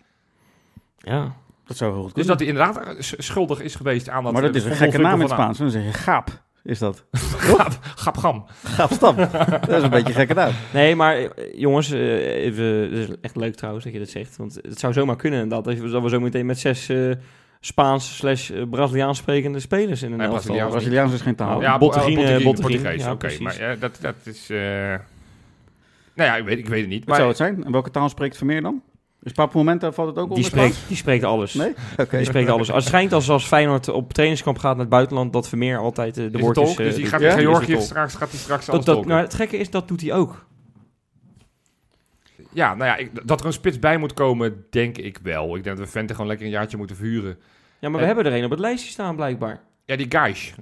Ja. Dat zou heel goed Dus kunnen. dat hij inderdaad schuldig is geweest aan dat... Maar dat is een gekke naam in het Spaans. Dan zeg je gaap, is dat. Gapgam. Gaap Stam. Dat is een beetje een gekke naam. Nee, maar jongens, even, het is echt leuk trouwens dat je dat zegt. Want het zou zomaar kunnen dat we zo meteen met 6 Spaans/Braziliaans sprekende spelers in een elftal. Braziliaans. Braziliaans is geen taal. Nou, Ja, Bottegien, Portugees. ja, Oké, precies. maar dat is... Nou ja, ik weet het niet. Wat Maar zou het zijn? En welke taal spreekt Vermeer dan? Is Papu-Momenta, valt het ook onder Die spreekt alles. Nee? Oké. Die spreekt alles. Het schijnt als Feyenoord op trainingskamp gaat naar het buitenland, dat Vermeer altijd de is het woordjes... tolk? Dus die gaat ja? in Georgië Die is de straks, gaat hij straks alles dat, tolken. nou, het gekke is, dat doet hij ook. Ja, nou ja, dat er een spits bij moet komen, denk ik wel. Ik denk dat we Vente gewoon lekker een jaartje moeten verhuren. Ja, maar we hebben er een op het lijstje staan, blijkbaar. Ja, die Gaisch.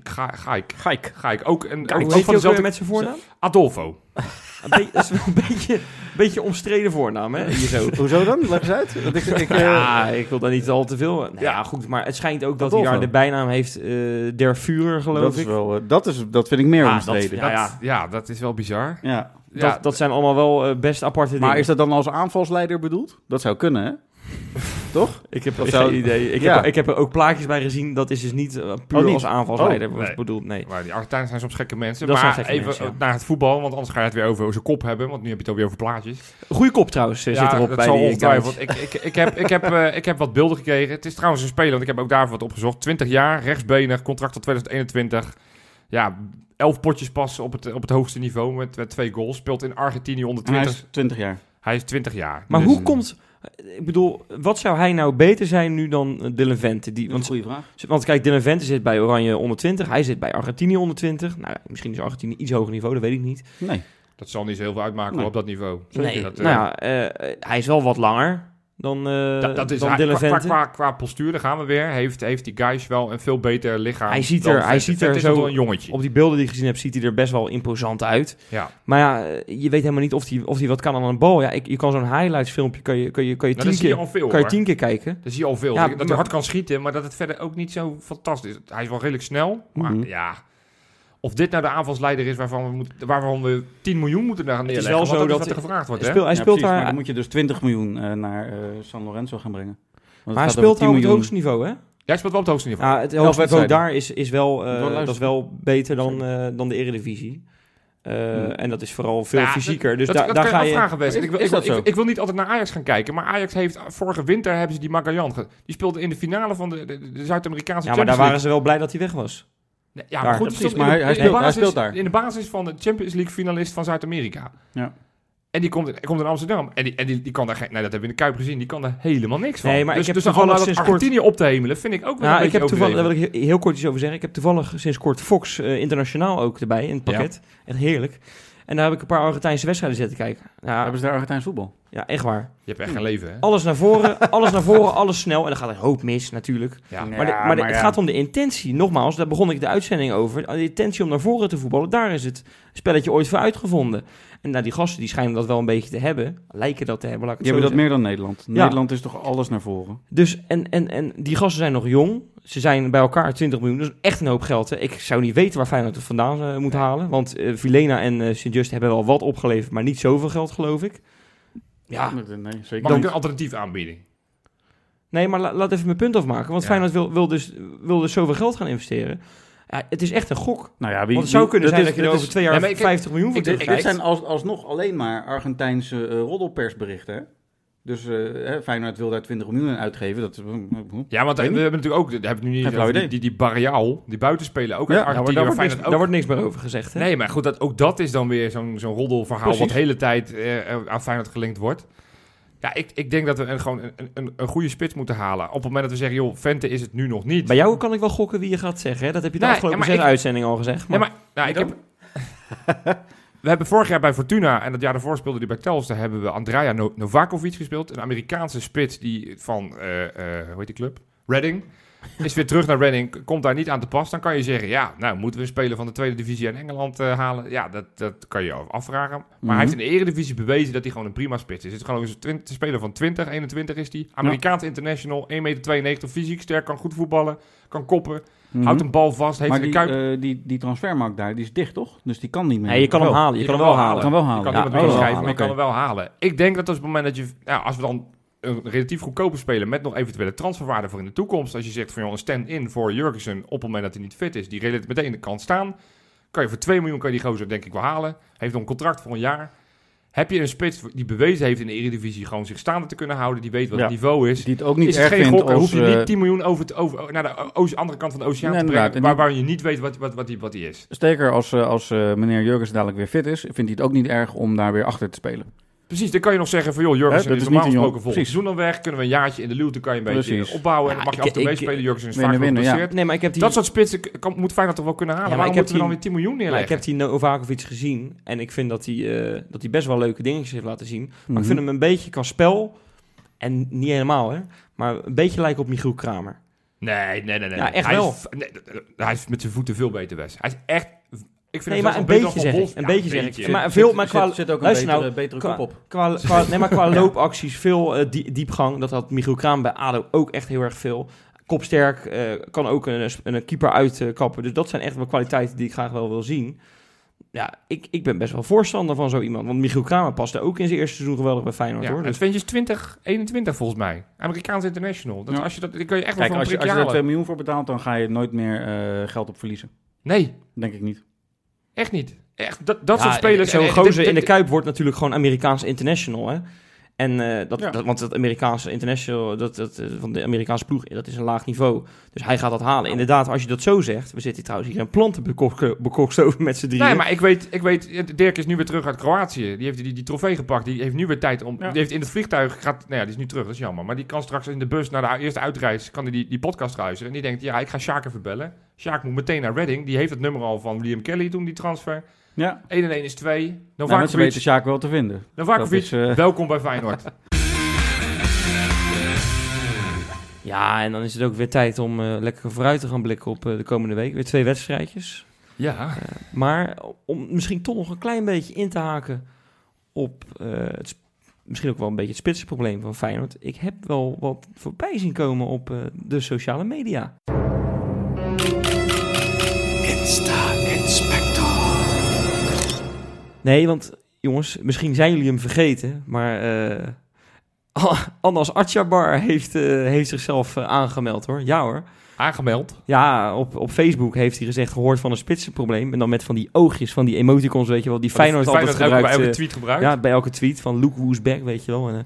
Gaik. Ook Hoe van heet hij ook weer dezelfde... met zijn voornaam? Adolfo. Dat is wel een beetje omstreden voornaam, hè? Hier zo. Hoezo dan? Leg eens uit. Want Ik wil daar niet al te veel... Nou ja, goed, maar het schijnt ook dat hij Adolfo. daar de bijnaam heeft Der Führer, geloof dat is ik. wel, dat vind ik meer Ah, omstreden. Ja. Dat is wel bizar. Ja. Ja, Dat zijn allemaal wel best aparte dingen. Maar is dat dan als aanvalsleider bedoeld? Dat zou kunnen, hè? Toch? Ik heb Dat geen zou- idee. Ja. Ik heb er ook plaatjes bij gezien. Dat is dus niet puur niet? als aanvalsleider Oh, wordt nee. bedoeld. Nee. Maar die Argentijnen zijn soms gekke mensen. Dat maar zijn gekke even mensen, ja. naar het voetbal, want anders ga je het weer over zijn kop hebben. Want nu heb je het alweer over plaatjes. Goeie kop trouwens zit erop dat bij zal die ongetwijfeld. guys. Ik heb wat beelden gekregen. Het is trouwens een speler, want ik heb ook daarvoor wat opgezocht. 20 jaar, rechtsbenig, contract tot 2021. Ja, 11 potjes pas op het hoogste niveau met 2 goals. Speelt in Argentinië onder En hij 20. is 20 jaar. Hij is 20 jaar. Maar Dus- hoe komt... Ik bedoel, wat zou hij nou beter zijn nu dan Dylan Vente? Dat is een goede vraag. Want kijk, Dylan Vente zit bij Oranje onder 20. Hij zit bij Argentinië onder 20. Nou, misschien is Argentinië iets hoger niveau, dat weet ik niet. Nee. Dat zal niet zo heel veel uitmaken Nee. op dat niveau. Nee, Dat, nou ja, hij is wel wat langer dan, dat is dan hij, Dylan Vente. qua postuur, daar gaan we weer. Heeft die guys wel een veel beter lichaam. Hij ziet dan er- Vente. hij ziet er Vente is zo- wel een jongetje. Op die beelden die ik gezien heb, ziet hij er best wel imposant uit. Ja. Maar ja, je weet helemaal niet of hij wat kan aan een bal. Ja, je kan zo'n highlights filmpje kan je Nou, 10 dat zie je keer, al veel, kan je hoor. 10 keer kijken. Dat zie je al veel. Ja, dat maar- hij hard kan schieten, maar dat het verder ook niet zo fantastisch is. Hij is wel redelijk snel, maar Mhm. ja... Of dit nou de aanvalsleider is waarvan we 10 miljoen moeten daar is neerleggen. wel want zo dat is dat wat er gevraagd wordt, Hij hè? speelt Ja, precies, daar... maar dan moet je dus 20 miljoen naar San Lorenzo gaan brengen. Want Maar hij het gaat speelt over nou op 10 het hoogste niveau, hè? Jij speelt wel op het hoogste niveau. Ja, het hoogste niveau wedstrijden. daar is wel, luisteren. dat is wel beter dan de Eredivisie. En dat is vooral veel Ja, fysieker. Dus dat daar kan je ga je... afvragen, Wes. Is dat zo? Ik wil niet altijd naar Ajax gaan kijken, maar Ajax heeft... Vorige winter hebben ze die Magallan... Die speelde in de finale van de Zuid-Amerikaanse Ja, maar daar Champions waren League. ze wel blij dat hij weg was. Nee, ja, daar. maar goed, Ja, die precies, stond maar in de- hij in de speelt- hij basis- speelt daar. In de basis van de Champions League finalist van Zuid-Amerika. Ja. En die komt in Amsterdam. En die kan daar geen... Nee, dat hebben we in de Kuip gezien. Die kan daar helemaal niks van. Nee, maar dus ik heb dus dan toevallig allemaal dat sinds kort- Argentinië op te hemelen vind ik ook wel Nou, een ik heb beetje toevallig, daar overdreven. wil ik heel kort iets over zeggen. Ik heb toevallig sinds kort Fox Internationaal ook erbij in het pakket. Echt heerlijk. En daar heb ik een paar Argentijnse wedstrijden zitten kijken. Ja, Hebben ze daar Argentijns voetbal? ja, echt waar. Je hebt echt geen leven, hè? Alles naar voren, alles snel. En dan gaat een hoop mis natuurlijk. Ja. Nee. Maar Ja, het gaat om de intentie. Nogmaals, daar begon ik de uitzending over. De intentie om naar voren te voetballen, daar is het spelletje ooit voor uitgevonden. En nou, die gasten die schijnen dat wel een beetje te hebben. Lijken dat te hebben, laat ik Die het hebben zo dat zeggen. meer dan Nederland. Ja. Nederland is toch alles naar voren? Dus, en die gasten zijn nog jong. Ze zijn bij elkaar 20 miljoen. Dat is echt een hoop geld. Hè. Ik zou niet weten waar Feyenoord het vandaan moet halen. Want Vilena en Sint-Just hebben wel wat opgeleverd, maar niet zoveel geld, geloof ik. Ja, Nee, zeker Mag ik niet. een alternatief aanbieden? nee, maar laat even mijn punt afmaken. Want Ja. Feyenoord wil dus zoveel geld gaan investeren. Ja, het is echt een gok. Nou ja, Want het zou kunnen zijn dat je er over 2 jaar Nee, maar ik- 50 miljoen voor ik- terugkrijgt. Dit zijn alsnog alleen maar Argentijnse roddelpersberichten. Hè? Dus Feyenoord wil daar 20 miljoen aan uitgeven. Dat is, Ja, want we Weet niet. hebben natuurlijk ook... Hebben we nu Geen niet flauw over idee. die Barreal, die buitenspeler, ook Ja, uit Nou, maar Argentinië. daar waar wordt, niks, Feyenoord ook... daar wordt niks meer over gezegd. Hè? Nee, maar goed, ook dat is dan weer zo'n roddelverhaal Precies. wat de hele tijd aan Feyenoord gelinkt wordt. Ja, ik denk dat we gewoon een goede spits moeten halen. Op het moment dat we zeggen, joh, Vente is het nu nog niet. Bij jou kan ik wel gokken wie je gaat zeggen. Hè? Dat heb je de Nee, afgelopen ja, maar 6 ik- uitzendingen al gezegd. Nee, maar nou, ik heb... We hebben vorig jaar bij Fortuna, en dat jaar daarvoor speelde die bij Telstar, hebben we Andrea Novakovic gespeeld. Een Amerikaanse spits die van, hoe heet die club? Reading. Is weer terug naar Reading, komt daar niet aan te pas. Dan kan je zeggen, ja, nou moeten we een speler van de tweede divisie in Engeland halen. Ja, dat kan je afvragen. Maar hij heeft in de eredivisie bewezen dat hij gewoon een prima spits is. Het is gewoon een speler van 20, 21 is hij. Amerikaans international, 1,92 meter, fysiek sterk, kan goed voetballen, kan koppen. Houdt een bal vast, heeft Maar in de Kuip... die transfermarkt daar, die is dicht, toch? Dus die kan niet meer. Nee, je kan hem halen. Je kan hem wel halen. Kan wel Je halen. kan Ja, iemand oh, inschrijven, wel maar je kan halen, hem wel halen. Ik denk dat op het moment dat je... Nou, als we dan een relatief goedkope speler met nog eventuele transferwaarde voor in de toekomst. Als je zegt van joh, een stand-in voor Jurgensen op het moment dat hij niet fit is. Die relatief meteen kan staan. Kan je voor 2 miljoen kan je die gozer denk ik wel halen. Heeft nog een contract voor een jaar. Heb je een spits die bewezen heeft in de Eredivisie gewoon zich staande te kunnen houden, die weet wat Ja. het niveau is. Die het ook niet Is het erg geen vindt gokker, als... hoef je niet 10 miljoen naar de andere kant van de oceaan Nee, te brengen, inderdaad. waar je niet weet wat die is. Sterker, als meneer Jurgensen dadelijk weer fit is, vindt hij het ook niet erg om daar weer achter te spelen. Precies, dan kan je nog zeggen van, joh, Jurgensen dat is is normaal niet een gesproken jong- volgend precies. seizoen dan weg. Kunnen we een jaartje in de luwte, kan je een beetje Precies. opbouwen. En Ja, dan mag je af en toe ik- meespelen. Jurgensen is vaak winnen, ja. geblesseerd. Nee, maar ik heb die... Dat soort spitsen moet Feyenoord toch wel kunnen halen. Ja, maar Waarom ik moeten heb we dan weer 10 miljoen Maar neerleggen? ik heb die Novakovic gezien en ik vind dat hij best wel leuke dingetjes heeft laten zien. Maar Mhm. ik vind hem een beetje qua spel, en niet helemaal hè, maar een beetje lijken op Michiel Kramer. Nee. Ja, echt hij wel. Hij is met zijn voeten veel beter, Wes. Hij is echt... Ik vind Nee, hem maar een zelfs beetje beter zeg dan ik. Van Een Wolfs. beetje Ja, zeg ik. beetje. Maar veel, maar qua... Zit ook een luister betere nou, kop op. Qua loopacties, veel diepgang. Dat had Michiel Kramer bij ADO ook echt heel erg veel. Kopsterk, kan ook een keeper uitkappen. Dus dat zijn echt wel kwaliteiten die ik graag wel wil zien. Ja, ik ben best wel voorstander van zo iemand. Want Michiel Kramer paste ook in zijn eerste seizoen geweldig bij Feyenoord, Ja, hoor. het Dus, ventje is 2021 volgens mij. Amerikaans international. Dat, Ja. als je dat kan je echt wel Kijk, van een als je prikje er 2 halen. miljoen voor betaalt, dan ga je nooit meer geld op verliezen. Nee, Denk ik niet. echt niet. Echt, dat ja, soort spelers... Zo'n en- gozer dit- in de Kuip wordt natuurlijk gewoon Amerikaans international, hè. En Ja. want dat Amerikaanse international, van de Amerikaanse ploeg, dat is een laag niveau. Dus hij gaat dat halen. Inderdaad, als je dat zo zegt, we zitten trouwens hier een planten bekokst over met z'n drieën. Nee, maar ik weet, Dirk is nu weer terug uit Kroatië. Die heeft die trofee gepakt. Die heeft nu weer tijd om... Ja. Die heeft in het vliegtuig... Nou ja, die is nu terug, dat is jammer. Maar die kan straks in de bus naar de eerste uitreis... kan die podcast luisteren. En die denkt, ja, ik ga Sjaak even bellen. Sjaak moet meteen naar Reading. Die heeft het nummer al van William Kelly toen, die transfer. Ja, 1 en 1 is 2. nou, mensen Novakovic, weten Sjaak wel te vinden. Novakovic, Dat is, welkom bij Feyenoord. Ja, en dan is het ook weer tijd om lekker vooruit te gaan blikken op de komende week. Weer 2 wedstrijdjes. Ja. Maar om misschien toch nog een klein beetje in te haken op misschien ook wel een beetje het spitsenprobleem van Feyenoord. Ik heb wel wat voorbij zien komen op de sociale media. Nee, want jongens, misschien zijn jullie hem vergeten, maar Anas Atjabar heeft zichzelf aangemeld, hoor. Ja, hoor. Aangemeld. Ja, op Facebook heeft hij gezegd, gehoord van een spitsenprobleem. En dan met van die oogjes, van die emoticons, weet je wel, die Feyenoord altijd gebruikt. bij elke tweet gebruikt. Ja, bij elke tweet van Look who's back, weet je wel.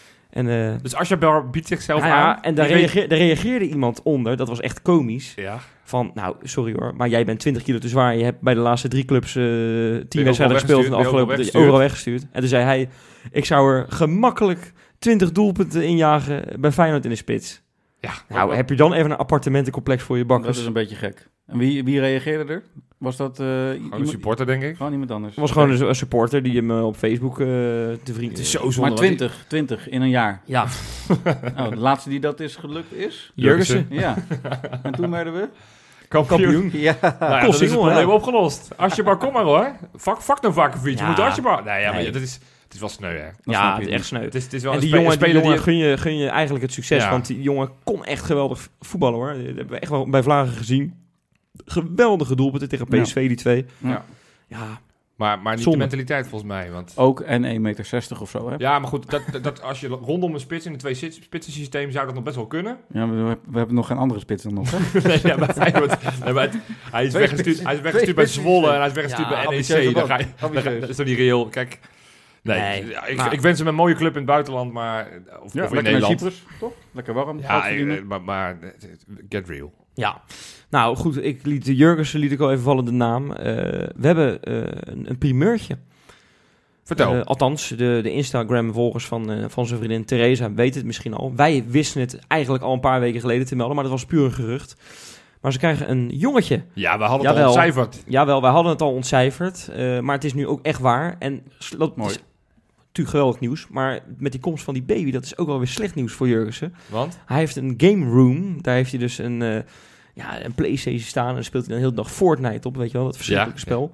Dus Asjabar biedt zichzelf nou ja, aan. en daar reageerde iemand onder, dat was echt komisch. Ja. Van, nou, sorry hoor, maar jij bent 20 kilo te zwaar. Je hebt bij de laatste 3 clubs 10 overal wedstrijden gespeeld in de afgelopen weggestuurd. overal weggestuurd. En toen zei hij, ik zou er gemakkelijk 20 doelpunten injagen bij Feyenoord in de spits. Ja. Nou, heb je dan even een appartementencomplex voor je Dat bakkers? is een beetje gek. En wie reageerde er? Was dat Gewoon een supporter, denk ik. Gewoon iemand anders? Het was gewoon een supporter die hem op Facebook te vriend... Het is zo Maar zonde. 20 in een jaar. Ja, Oh, de laatste die dat is gelukt is? Jurgensen. Ja. En toen werden we? Kampioen. Ja. Nou ja, Kost dat is het single, probleem ja. opgelost. Asjabar, kom maar hoor. Fuck Novakovic. Je Ja. moet Asjabar... Nee, ja, maar Nee. het is wel sneu, hè. Dat ja, snap het je is echt sneu. Het is wel En een die speler jongen die... gun je eigenlijk het succes, Ja. want die jongen kon echt geweldig voetballen, hoor. Dat hebben we echt wel bij Vlagen gezien. Geweldige doelpunten tegen PSV, die twee. Ja. Ja, Maar niet Zonde. de mentaliteit, volgens mij. Want... Ook en 1,60 meter of zo, hè? Ja, maar goed, dat als je rondom een spits in een 2-spitsen systeem zou dat nog best wel kunnen. Ja, we hebben nog geen andere spits dan nog, hè? Nee, ja, bij Feyenoord. Nee, maar hij is weggestuurd bij Zwolle en hij is weggestuurd Ja, bij ambitieuze NEC. man. Dat is toch niet reëel? Kijk, Nee, ja, maar- ik wens hem een mooie club in het buitenland, maar... Of in Lekker naar Nederland. Cyprus, toch? Lekker warm. Ja, geld verdienen. maar get real. ja. Nou goed, de Jurgensen liet ik al even vallen de naam. We hebben een primeurtje. Vertel. Althans, de Instagram-volgers van zijn vriendin Theresa weten het misschien al. Wij wisten het eigenlijk al een paar weken geleden te melden, maar dat was puur een gerucht. Maar ze krijgen een jongetje. Ja, we hadden het al Jawel. ontcijferd. Jawel, wij hadden het al ontcijferd, maar het is nu ook echt waar. En dat Mooi. is natuurlijk geweldig nieuws, maar met die komst van die baby, dat is ook wel weer slecht nieuws voor Jurgensen. Want? Hij heeft een game room, daar heeft hij dus een PlayStation staan en dan speelt hij dan heel de dag Fortnite op, weet je wel, dat verschrikkelijke Ja. spel.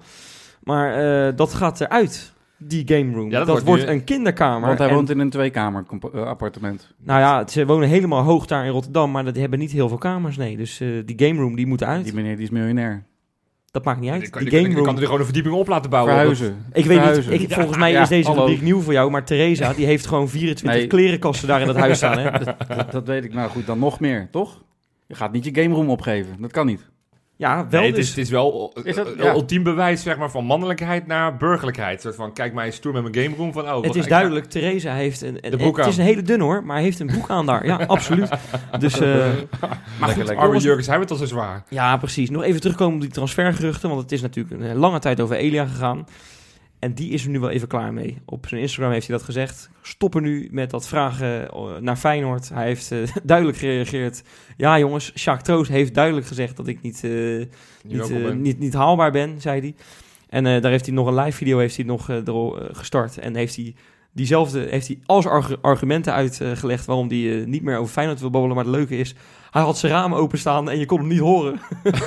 Maar dat gaat eruit, die game room. Ja, dat dat wordt wordt een kinderkamer. Want hij En- woont in een 2-kamer appartement. Nou ja, ze wonen helemaal hoog daar in Rotterdam, maar dat hebben niet heel veel kamers, nee. Dus die game room, die moet uit. Die meneer die is miljonair. Dat maakt niet uit. Je Die kan game room... er gewoon een verdieping op laten bouwen. Verhuizen. Ik weet Verhuizen. niet, volgens mij Ja, is deze hallo. rubriek nieuw voor jou, maar Theresa, die heeft gewoon 24 Nee. klerenkasten daar in het huis staan. Hè? Dat weet ik. Nou goed, dan nog meer, toch? Je gaat niet je game room opgeven. Dat kan niet. Ja, wel Nee, dus. het is wel Is dat- ultiem bewijs zeg maar, van mannelijkheid naar burgerlijkheid. Een soort van, kijk mij stoer met mijn game room van... Het is duidelijk, Theresa heeft De broek het is aan. een hele dunne hoor, maar hij heeft een broek aan daar. Ja, absoluut. Dus, maar goed, lekker. Arme jongens, Jurgens, hij wordt al zo zwaar. ja, precies. Nog even terugkomen op die transfergeruchten, want het is natuurlijk een lange tijd over Elia gegaan. En die is er nu wel even klaar mee. Op zijn Instagram heeft hij dat gezegd. Stoppen nu met dat vragen naar Feyenoord. Hij heeft duidelijk gereageerd. Ja jongens, Sjaak Troost heeft duidelijk gezegd dat ik niet haalbaar ben, zei hij. En daar heeft hij nog een live video gestart. En heeft hij als argumenten uitgelegd waarom hij niet meer over Feyenoord wil babbelen. Maar het leuke is, hij had zijn ramen openstaan en je kon hem niet horen.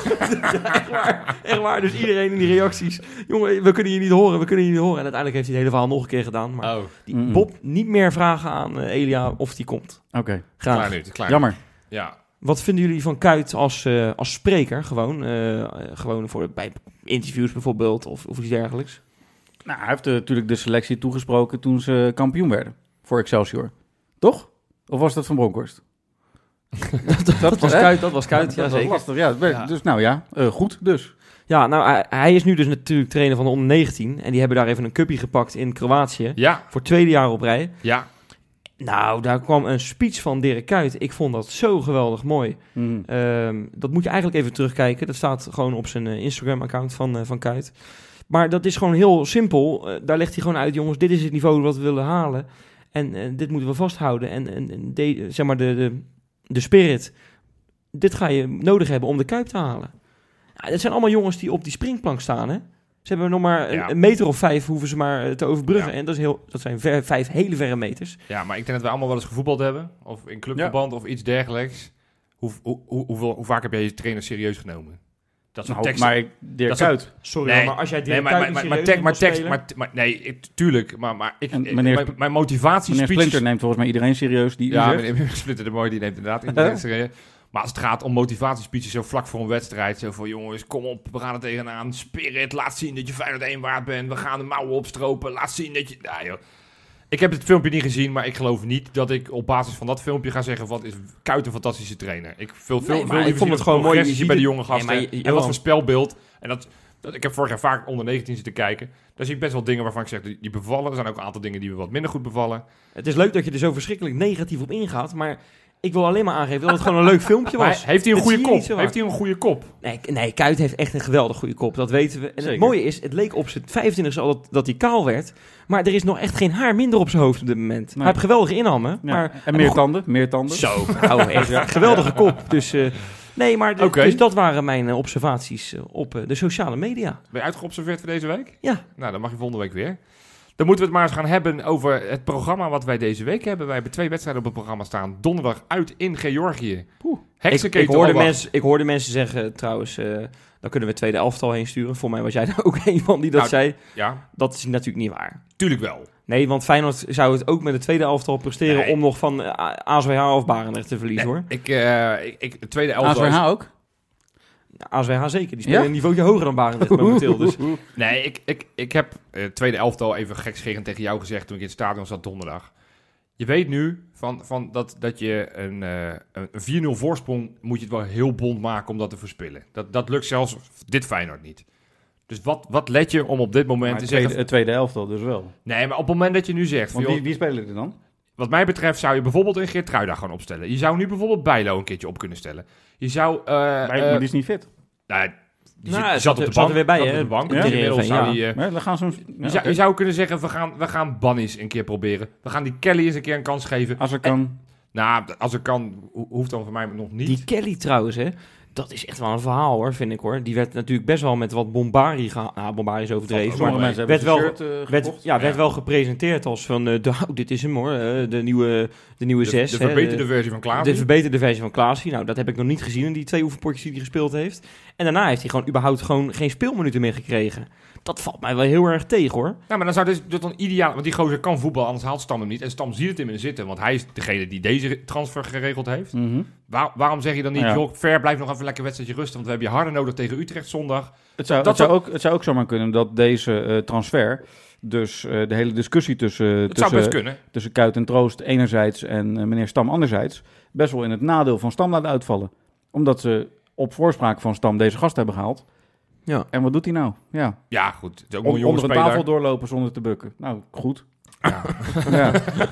Ja, echt waar. Dus iedereen in die reacties. Jongen, we kunnen je niet horen. En uiteindelijk heeft hij het hele verhaal nog een keer gedaan. Maar Bob, niet meer vragen aan Elia of die komt. Oké, Graag. Klaar nu, klaar. jammer. Ja. Wat vinden jullie van Kuyt als spreker? Gewoon bij interviews bijvoorbeeld of iets dergelijks. Nou, hij heeft natuurlijk de selectie toegesproken toen ze kampioen werden. Voor Excelsior. Toch? Of was dat van Bronkhorst? Dat was Kuyt, ja dat was zeker. lastig, ja. Dus nou ja, goed dus. Ja, nou, hij is nu dus natuurlijk trainer van de onder 19. En die hebben daar even een cupje gepakt in Kroatië. Ja, Voor het tweede jaar op rij. ja. Nou, daar kwam een speech van Dirk Kuyt. Ik vond dat zo geweldig mooi. Dat moet je eigenlijk even terugkijken. Dat staat gewoon op zijn Instagram-account van Kuyt. Maar dat is gewoon heel simpel. Daar legt hij gewoon uit, jongens, dit is het niveau wat we willen halen. En dit moeten we vasthouden. En zeg maar de spirit, dit ga je nodig hebben om de Kuip te halen. Ja, het zijn allemaal jongens die op die springplank staan, hè. Ze hebben nog maar een meter of 5 hoeven ze maar te overbruggen. Ja. En dat zijn 5 hele verre meters. Ja, maar ik denk dat we allemaal wel eens gevoetbald hebben. Of in clubverband of iets dergelijks. Hoe vaak heb jij je trainer serieus genomen? Dat soort Nou, teksten. maar Dirk dat soort- Kuyt. Sorry, Nee, maar als jij Nee, Dirk tuurlijk. Maar En mijn Meneer motivatiespeeches... Splinter neemt volgens mij iedereen serieus die u Ja, zegt. meneer Splinter de Mooi, die neemt inderdaad iedereen serieus. Maar als het gaat om motivatiespeeches zo vlak voor een wedstrijd, zo van jongens, kom op, we gaan er tegenaan, spirit, laat zien dat je Feyenoord 1 waard bent, we gaan de mouwen opstropen, laat zien dat je... Nou, joh. Ik heb het filmpje niet gezien, maar ik geloof niet dat ik op basis van dat filmpje ga zeggen, wat is Kuyt een fantastische trainer. Ik vond het gewoon mooi. Je ziet bij de het- jonge gasten Nee, maar en wat voor spelbeeld. En dat ik heb vorig jaar vaak onder 19 zitten kijken. Daar zie ik best wel dingen waarvan ik zeg, die bevallen. Er zijn ook een aantal dingen die me wat minder goed bevallen. Het is leuk dat je er zo verschrikkelijk negatief op ingaat, maar ik wil alleen maar aangeven dat het gewoon een leuk filmpje was. Maar heeft hij een Dat goede zie je niet kop? zo vaak. Heeft hij een goede kop? Nee, Kuyt heeft echt een geweldig goede kop. Dat weten we. En Zeker. het mooie is, het leek op zijn 25e al dat hij kaal werd. Maar er is nog echt geen haar minder op zijn hoofd op dit moment. Hij heeft geweldige inhammen. Ja. Maar, En meer tanden. Zo, nou echt geweldige kop. Dus Oké. dus dat waren mijn observaties op de sociale media. Ben je uitgeobserveerd voor deze week? Ja. Nou, dan mag je volgende week weer. Dan moeten we het maar eens gaan hebben over het programma wat wij deze week hebben. Wij hebben 2 wedstrijden op het programma staan. Donderdag uit in Georgië. Ik hoorde mensen zeggen trouwens, dan kunnen we het tweede elftal heen sturen. Voor mij was jij daar ook een van die dat zei. Ja, Dat is natuurlijk niet waar. tuurlijk wel. Nee, want Feyenoord zou het ook met het tweede elftal presteren Nee. om nog van ASWH of Barendrecht te verliezen, hoor. Het tweede elftal... ASWH ook? ASWH zeker, die spelen Ja? een niveautje hoger dan Barendrecht momenteel. Dus. Nee, ik heb het tweede elftal even gekscherend tegen jou gezegd toen ik in het stadion zat donderdag. Je weet nu dat je een 4-0 voorsprong moet je het wel heel bond maken om dat te verspillen. Dat lukt zelfs dit Feyenoord niet. Dus wat let je om op dit moment Maar te zeggen... het tweede elftal dus wel. Nee, maar op het moment dat je nu zegt... Want van, joh, wie spelen er dan? wat mij betreft zou je bijvoorbeeld een Geertruida gaan opstellen. Je zou nu bijvoorbeeld Bijlo een keertje op kunnen stellen. Je zou... Maar die is niet fit. nou, die Nou, zat op de zat bank. er weer bij, zat hè? op de bank. Ja? Dus inmiddels Ja. zou die... Maar dan gaan ze hem... Je zou kunnen zeggen, we gaan Bannis een keer proberen. We gaan die Kelly eens een keer een kans geven. Als er kan... Nou, als ik kan, hoeft dan voor mij nog niet. Die Kelly trouwens, hè. Dat is echt wel een verhaal, hoor, vind ik, hoor. Die werd natuurlijk best wel met wat bombari gehaald. Nou, bombari is overdreven. Sommige Maar mensen werd hebben wel- zijn shirt werd, gekocht. werd wel gepresenteerd als van... dit is hem, hoor. De nieuwe 6. de verbeterde versie van Klaas. De verbeterde versie van Klaasie. Nou, dat heb ik nog niet gezien in die 2 oefenpotjes die hij gespeeld heeft. En daarna heeft hij gewoon überhaupt geen speelminuten meer gekregen. Dat valt mij wel heel erg tegen, hoor. Ja, maar dan zou dit dan ideaal... Want die gozer kan voetballen, anders haalt Stam hem niet. En Stam ziet het in hem zitten, want hij is degene die deze transfer geregeld heeft. Mhm. Waarom zeg je dan niet, Ja. joh, Ver, blijf nog even lekker wedstrijdje rusten, want we hebben je harder nodig tegen Utrecht zondag. Het zou ook zomaar kunnen dat deze transfer, dus de hele discussie Het zou best kunnen. tussen Kuyt en Troost enerzijds en meneer Stam anderzijds, best wel in het nadeel van Stam laat uitvallen. Omdat ze op voorspraak van Stam deze gast hebben gehaald. Ja. En wat doet hij nou? Ja. Ja, goed. Het is ook een jonge Onder een speler. tafel doorlopen zonder te bukken. Nou, goed. Ja. Ja.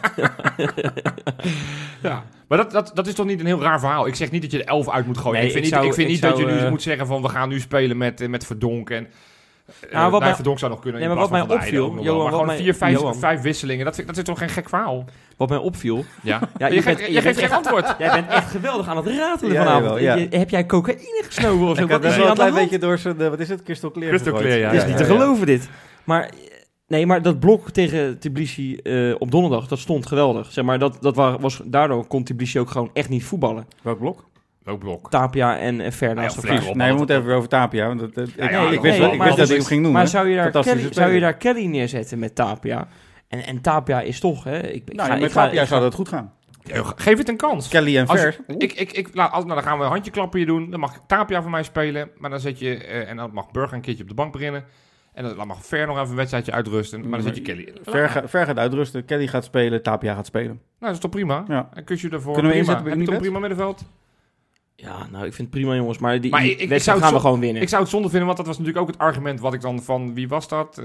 Ja. Maar dat is toch niet een heel raar verhaal? Ik zeg niet dat je de 11 uit moet gooien. Nee, ik vind niet dat je nu zou, moet zeggen van we gaan nu spelen met Verdonk. En wat mij- Verdonk zou nog kunnen. Nee, in maar plaats wat mij van Van der Heijden opviel, ook nog wel. Johan, Maar gewoon Johan. 5 wisselingen. Dat is toch geen gek verhaal? Wat mij opviel... Ja. Ja, je geeft geen antwoord. Jij bent echt geweldig aan het ratelen Ja, vanavond. jawel, ja. Heb jij cocaïne gesnoven of zo? Ik had Wat is wel er een aan de klein hand? beetje door zijn, wat is het, Crystal Clear Crystal gegooid. Clear, ja. Het is niet te geloven dit. Maar... Nee, maar dat blok tegen Tbilisi op donderdag, dat stond geweldig. Zeg maar, daardoor kon Tbilisi ook gewoon echt niet voetballen. Welk blok? Ook blok. Tapia en Ver naast elkaar. Flikker op. Nee, we moeten even weer over Tapia. Want ik wist maar dat hij hem ging noemen. Maar zou je Fantastische daar Kelly neerzetten met Tapia? En Tapia is toch, hè? Met Tapia zou dat goed gaan. Ja, geef het een kans. Kelly en Ver. Dan gaan we een handjeklapje hier doen. Dan mag Tapia voor mij spelen. Maar dan zet je... en dan mag Burger een keertje op de bank beginnen. En dan mag Ver nog even een wedstrijdje uitrusten. Maar dan zet je Kelly. Ver gaat uitrusten. Kelly gaat spelen. Tapia gaat spelen. Nou, dat is toch prima? Ja. En kus je ervoor. Kunnen we prima. inzetten bij Heb je toch een Unibet? prima middenveld? Ja, nou, ik vind het prima, jongens. Maar die Maar ik wedstrijd zou het gaan we zo- gewoon winnen. Ik zou het zonde vinden, want dat was natuurlijk ook het argument wat ik dan van... Wie was dat?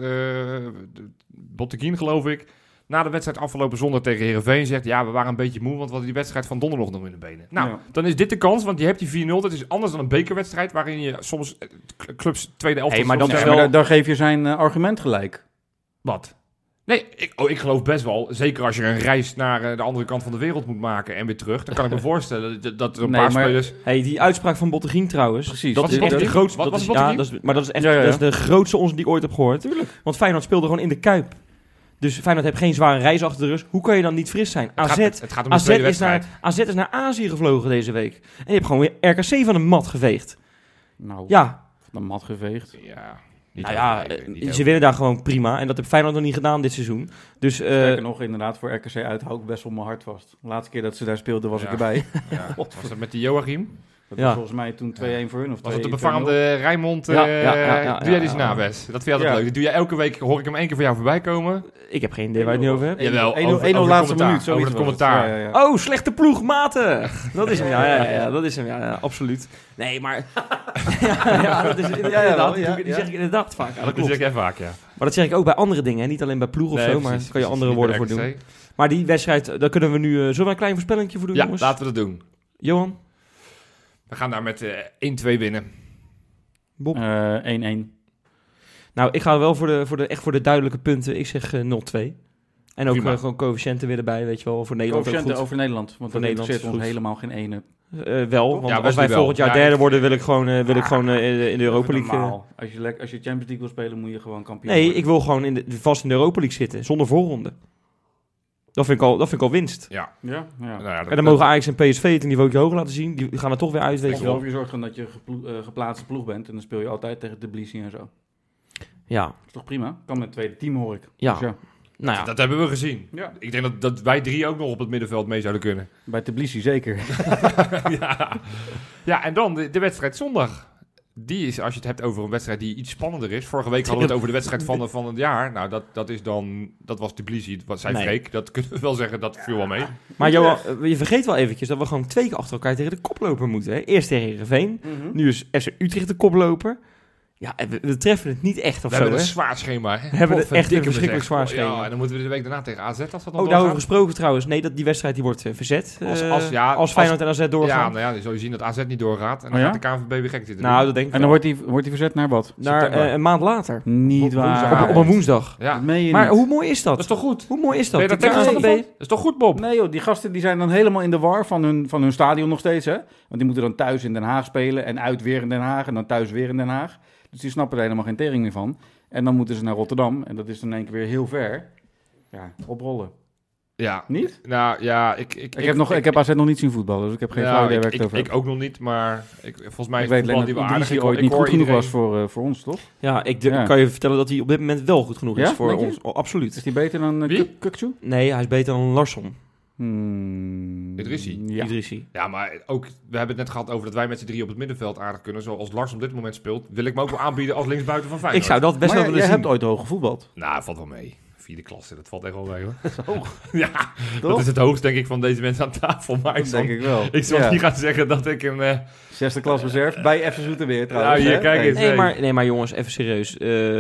Botteguin, geloof ik. Na de wedstrijd afgelopen zondag tegen Heerenveen zegt... Ja, we waren een beetje moe, want we hadden die wedstrijd van donderdag nog in de benen. Nou, Ja. dan is dit de kans, want je hebt die 4-0. Dat is anders dan een bekerwedstrijd... waarin je soms clubs tweede elftal... Hey, maar dan soms is Nee, wel- maar daar geef je zijn argument gelijk. Wat? Nee, ik geloof best wel. Zeker als je een reis naar de andere kant van de wereld moet maken en weer terug. Dan kan ik me voorstellen dat er een Nee, paar maar- spelers... Hey, die uitspraak van Botteguin trouwens. Precies. Dat Wat is is echt de Botteguin? grootste. Wat Dat was is, ja, Botteguin? maar dat is echt Ja. Dat is de grootste ons die ik ooit heb gehoord. Tuurlijk. Want Feyenoord speelde gewoon in de Kuip. Dus Feyenoord heeft geen zware reis achter de rug. Hoe kan je dan niet fris zijn? Het gaat om de tweede wedstrijd. AZ is naar Azië gevlogen deze week. En je hebt gewoon weer RKC van de mat geveegd. Nou, Ja, van de mat geveegd. Ja, niet nou ja, overdrijven, niet ze over- winnen daar gewoon prima. En dat heeft Feyenoord nog niet gedaan dit seizoen. Dus Sterker nog, inderdaad, voor RKC uit hou ik best wel mijn hart vast. De laatste keer dat ze daar speelden was Ja. ik erbij. Ja. Was dat met die Joachim? Dat Ja. was volgens mij toen 2-1 voor hun. Of Was het de 2-0. befaamde Rijnmond? Ja, Doe jij die eens na, Wes? Dat vind je altijd Ja. leuk. Die doe je elke week, hoor ik hem één keer voor jou voorbij komen. ik heb geen idee waar je het nu over hebt. Jawel, 1-0 over het laatste commentaar. minuut. zoiets Over het was commentaar. Ja, ja, ja. Oh, slechte ploeg, maten. Dat is hem, ja, dat is hem, ja, absoluut. Nee, maar... dat is inderdaad, die zeg ik inderdaad vaak. Ja, dat Dat klopt. zeg jij vaak, ja. Maar dat zeg ik ook bij andere dingen, hè. Niet alleen bij ploeg of zo, maar daar kan je andere woorden voor doen. Maar die wedstrijd, daar kunnen we nu... zullen we een klein voorspellingje voor doen, Ja, jongens? laten we dat doen. Johan? We gaan daar met 1-2 winnen. Bob? 1-1. Nou, ik ga wel voor de duidelijke punten. Ik zeg 0-2. En ook Prima. gewoon coëfficiënten weer erbij, weet je wel. Voor Nederland ook Coëfficiënten goed. over Nederland. Want Voor dat Nederland interesseert is ons goed. helemaal geen ene. Wel, want Ja, als Wesley wij wel. volgend jaar Ja, derde ik- worden, wil ik gewoon in de Europa League... Normaal. Als je Champions League wil spelen, moet je gewoon kampioen nee, worden. ik wil gewoon vast in de Europa League zitten, zonder voorronde. Dat vind ik al winst. Ja. Ja, ja. Nou ja, En dan mogen Ajax en PSV het een niveautje hoger laten zien. Die gaan er toch weer uit, weet je wel. Of je zorgt dan dat je geplaatste ploeg bent. En dan speel je altijd tegen Tbilisi en zo. Dat Ja, is toch prima? Kan met het tweede team, hoor ik. Ja. Dus nou ja. Dat hebben we gezien. Ja. Ik denk dat wij 3 ook nog op het middenveld mee zouden kunnen. Bij Tbilisi zeker. Ja, en dan de wedstrijd zondag. Die is, als je het hebt over een wedstrijd die iets spannender is. Vorige week hadden we het over de wedstrijd van het jaar. Nou, dat was Tbilisi, wat zei Nee. Freek. Dat kunnen we wel zeggen, dat viel wel mee. Maar Johan, je vergeet wel eventjes dat we gewoon 2 keer achter elkaar tegen de koploper moeten. Hè? Eerst tegen Heerenveen, nu is FC Utrecht de koploper. Ja, en we treffen het niet echt of We zo, hebben hè? een zwaar schema. Hè? We hebben echt een Potverdikke me verschrikkelijk zeg. zwaar schema. Ja, en dan moeten we de week daarna tegen AZ, als dat nog Oh, daarover doorgaat. gesproken trouwens. Nee, die wedstrijd die wordt verzet. Als Feyenoord en AZ Ja, doorgaan. nou ja, dan zul je zien dat AZ niet doorgaat. En dan Oh ja? gaat de KNVB weer gek zitten. Nou, dat denk ik En dan wel. wordt hij verzet naar wat? Naar september. een maand later. Niet Op waar. woensdag. Op een woensdag. ja. Dat meen je Maar niet. hoe mooi is dat? Dat is toch goed? Hoe mooi is dat? Ben je daar De tegenstander KNVB van? Dat is toch goed, Bob? Nee joh, die gasten die zijn dan helemaal in de war van hun stadion nog steeds, hè. Want die moeten dan thuis in Den Haag spelen en uit weer in Den Haag en dan thuis weer in Den Haag. Dus die snappen er helemaal geen tering meer van. En dan moeten ze naar Rotterdam en dat is dan in één keer weer heel ver. Ja, oprollen. Ja. Niet? Nou ja, Ik heb AZ nog niet zien voetballen, dus ik heb geen flauw idee waar ik het over heb. Ik ook nog niet, maar volgens mij Ik is weet voetbal alleen die dat wel aardig. Idrissi ooit niet goed genoeg was voor ons, toch? Ja, ik Ja. kan je vertellen dat hij op dit moment wel goed genoeg is Ja? voor Denk je? ons. Oh, absoluut. Is die beter dan Wie? Kukçu? Nee, hij is beter dan Larsson. Idrissi? Ja. Idrissi. Ja, maar ook, we hebben het net gehad over dat wij met z'n 3 op het middenveld aardig kunnen. Zoals Lars op dit moment speelt, wil ik me ook wel aanbieden als linksbuiten van Feyenoord. Ik zou dat best Maar wel jij willen zien. hebt ooit hoog gevoetbald. Nou, valt wel mee. 4-3. 4e klasse, dat valt echt wel mee hoor. Hoog. Ja, dat is het hoogst denk ik van deze mensen aan tafel. Maar Dat denk ik wel. ik zal niet gaan zeggen dat ik een... 6e klas reserve bij FC Zoetermeer trouwens. hier, hè? kijk eens. Nee, maar jongens, even serieus.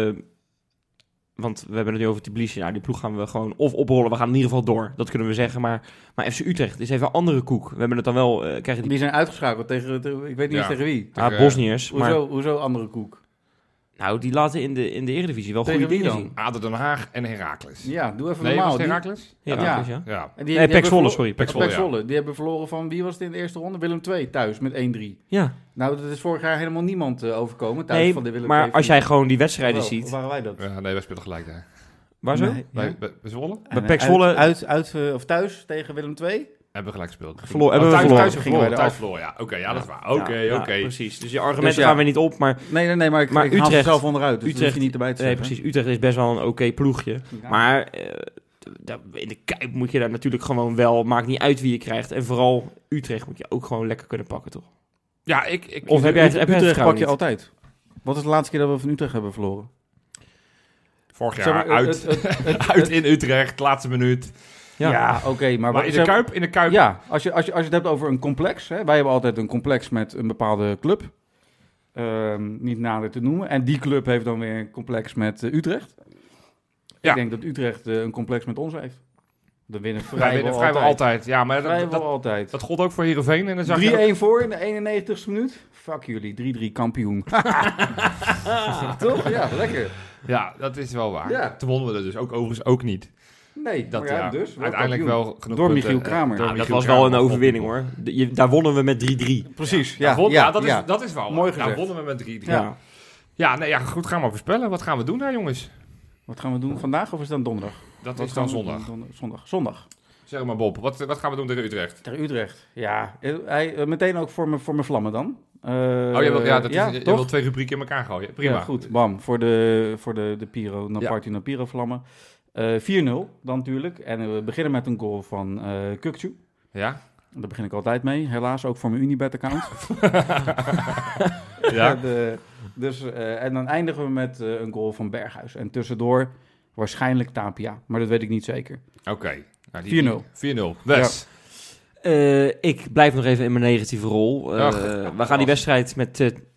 Want we hebben het nu over Tbilisi. Nou, die ploeg gaan we gewoon of oprollen. We gaan in ieder geval door. Dat kunnen we zeggen. Maar FC Utrecht is even een andere koek. We hebben het dan wel... krijgen Die zijn uitgeschakeld tegen, ik weet niet eens tegen wie. Bosniërs. Maar, Hoezo andere koek? nou, die laten in de Eredivisie wel Tegen goede wie dingen dan? zien. ADO Den Haag en Heracles. Ja, doe even Nee, was normaal. het Heracles? Heracles, ja. Ja. En Nee, die PEC hebben Zwolle, verlo- sorry. PEC Zwolle, PEC Zwolle. Die hebben verloren van, wie was het in de eerste ronde? Willem II thuis met 1-3. Ja. Nou, dat is vorig jaar helemaal niemand overkomen thuis Nee, van de Willem maar II. als jij gewoon die wedstrijden Hoe ziet... waren wij dat? Ja, nee, wij spelen gelijk daar. Waar zo? Nee, Bij ja. Zwolle Bij PEC Zwolle- Uit of thuis tegen Willem II? hebben we gelijk gespeeld. Hebben we verloren. Thuis Gingen verloren, wij thuis eraf. verloren, ja. Oké, ja, dat is waar. Ja, Oké. precies. Dus die argumenten Dus ja. gaan we niet op, maar... Nee, maar ik Maar haal ze Utrecht- zelf onderuit. Dus Utrecht- dat hoef je niet erbij te Nee, zeggen. precies. Utrecht is best wel een oké ploegje. Ja. Maar in de Kuip moet je daar natuurlijk gewoon wel... Maakt niet uit wie je krijgt. En vooral Utrecht moet je ook gewoon lekker kunnen pakken, toch? Ja, ik Of heb jij het Utrecht vertrouwen pak je niet? altijd. Wat is de laatste keer dat we van Utrecht hebben verloren? vorig jaar Zeg maar, uit in Utrecht, laatste minuut. Ja, oké. Maar Maar in de Kuip... Ja, als je het hebt over een complex. Hè, wij hebben altijd een complex met een bepaalde club. Niet nader te noemen. En die club heeft dan weer een complex met Utrecht. Ja. Ik denk dat Utrecht een complex met ons heeft. Dan winnen Wij winnen vrijwel altijd. Ja, maar Vrijwel altijd. dat gold ook voor Heerenveen. En dan zag 3-1 je voor in de 91ste minuut. Fuck jullie, 3-3 kampioen. Toch? Ja, lekker. ja, dat is wel waar. Ja. Toen wonnen we er dus ook overigens ook niet. Nee, Dat, maar ja, ja, dus. uiteindelijk kampioen. wel genoeg Door punten, Michiel Kramer. door Ja, dat Michiel was wel Kramer. een overwinning, hoor. Daar wonnen we met 3-3. Precies, Ja, dat is wel. Mooi Daar gezegd. wonnen we met 3-3. Ja. Ja, goed, gaan we voorspellen. Wat gaan we doen daar, jongens? Wat gaan we doen vandaag of is het dan donderdag? Dat Wat is dan gaan we zondag. doen? Zondag. Zeg maar, Bob. Wat gaan we doen tegen Utrecht? Tegen Utrecht. Ja, meteen ook voor mijn vlammen dan. Je wil toch? 2 rubrieken in elkaar gooien. Prima. Ja, goed, bam. Voor de Piro, Party na Piro vlammen. 4-0 dan natuurlijk. En we beginnen met een goal van Kukçu. Ja? Daar begin ik altijd mee. Helaas ook voor mijn Unibet-account. Ja. En dan eindigen we met een goal van Berghuis. En tussendoor waarschijnlijk Tapia. Maar dat weet ik niet zeker. Oké. Nou, 4-0. 4-0. Wes. Ik blijf nog even in mijn negatieve rol. We gaan die wedstrijd met 1-2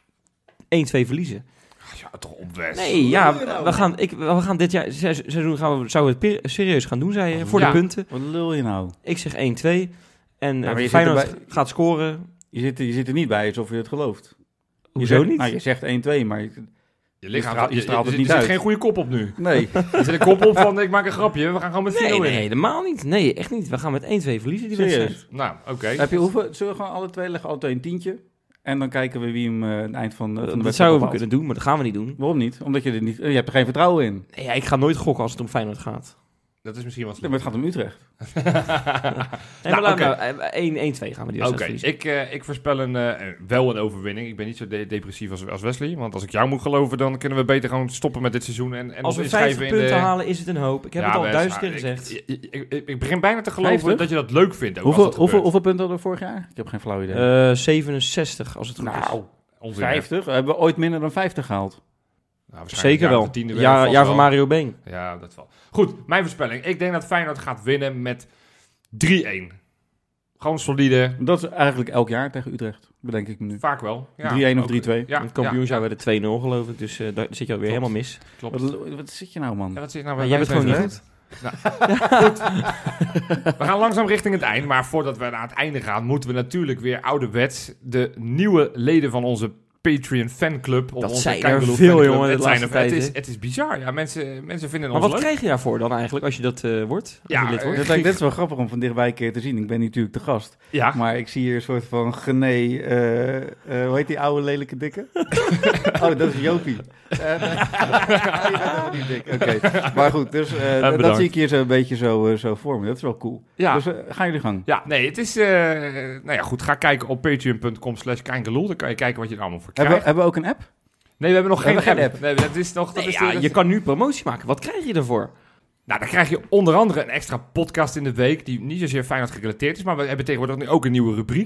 verliezen. Ja, toch op Wes. Nee, ja, we gaan dit jaar seizoen zouden we het serieus gaan doen, zei je, voor Ja. de punten. Wat lul je nou? Ik zeg 1-2. En maar je Feyenoord zit gaat scoren. Je zit er niet bij alsof je het gelooft. Hoezo je zegt, niet? Nou, je zegt 1-2, maar... Je lichaam straalt- je straalt het er niet zit uit. geen goede kop op nu. Nee. Er zit een kop op van, ik maak een grapje. We gaan gewoon met 4-0 Nee, winnen. helemaal niet. Nee, echt niet. We gaan met 1-2 verliezen die Serieus? wedstrijd. Nou, oké. Heb je hoeveel? Zullen we gewoon alle twee leggen? Alle twee een tientje. En dan kijken we wie hem aan het eind van de Dat wedstrijd zouden we bepaalt. kunnen doen, maar dat gaan we niet doen. Waarom niet? Omdat je je hebt er geen vertrouwen in. Nee, ja, ik ga nooit gokken als het om Feyenoord gaat. Dat is misschien wat Nee, maar het gaat om Utrecht. Nee, Nou, maar oké. laten we 1-2 gaan we die Oké, wedstrijd verliezen. ik voorspel wel een overwinning. Ik ben niet zo depressief als Wesley. Want als ik jou moet geloven, dan kunnen we beter gewoon stoppen met dit seizoen. En Als we ons 50 inschrijven punten in de... halen, is het een hoop. Ik heb het al Wes, 1000 keer maar gezegd. Ik begin bijna te geloven 50? dat je dat leuk vindt. Ook als het gebeurt. Hoeveel punten hadden we vorig jaar? Ik heb geen flauw idee. 67, als het goed is. Nou, Onzin. 50? Hebben we ooit minder dan 50 gehaald? Nou, waarschijnlijk Zeker wel. de tiende Ja, vast jaar wel. van Mario Been. Ja, dat wel. Goed, mijn voorspelling. Ik denk dat Feyenoord gaat winnen met 3-1. Gewoon solide. Dat is eigenlijk elk jaar tegen Utrecht, bedenk ik me nu. Vaak wel. Ja, 3-1 of ook. 3-2. Ja, In het kampioen ja, zijn we de 2-0 geloof ik. Dus daar zit je alweer helemaal mis. klopt. Wat zit je nou, man? Ja, wat zit nou Maar bij jij bent gewoon niet wijsneus, goed. hè? We gaan langzaam richting het eind. Maar voordat we naar het einde gaan, moeten we natuurlijk weer ouderwets de nieuwe leden van onze Patreon fanclub. Dat onze zijn er Kijkeloe veel, fanclub. jongen, de Het zijn laatste er- tijd, hè? het is bizar. Ja, mensen vinden Maar ons wat leuk. krijg je daarvoor dan eigenlijk als je dat wordt? Als Ja, je lid wordt? Dit is wel grappig om van dichtbij een keer te zien. Ik ben natuurlijk de gast. Ja, Maar ik zie hier een soort van Gené... hoe heet die oude lelijke dikke? Oh, dat is Jopie. Nee, je bent helemaal niet dik. Oké. Maar goed, dus dat bedankt. zie ik hier zo een beetje zo voor me. Dat is wel cool. ja. Dus gaan jullie gang. Ja, nee, het is... nou ja, goed, ga kijken op patreon.com/Kijkeloel. Dan kan je kijken wat je er allemaal voor krijgt. Hebben we ook een app? Nee, we hebben nog We geen hebben app. geen Nee, dat is nog... Dat Nee, is ja, dat je is- kan nu promotie maken. Wat krijg je ervoor? Nou, dan krijg je onder andere een extra podcast in de week... die niet zozeer Feyenoord gerelateerd is... maar we hebben tegenwoordig nu ook een nieuwe rubriek...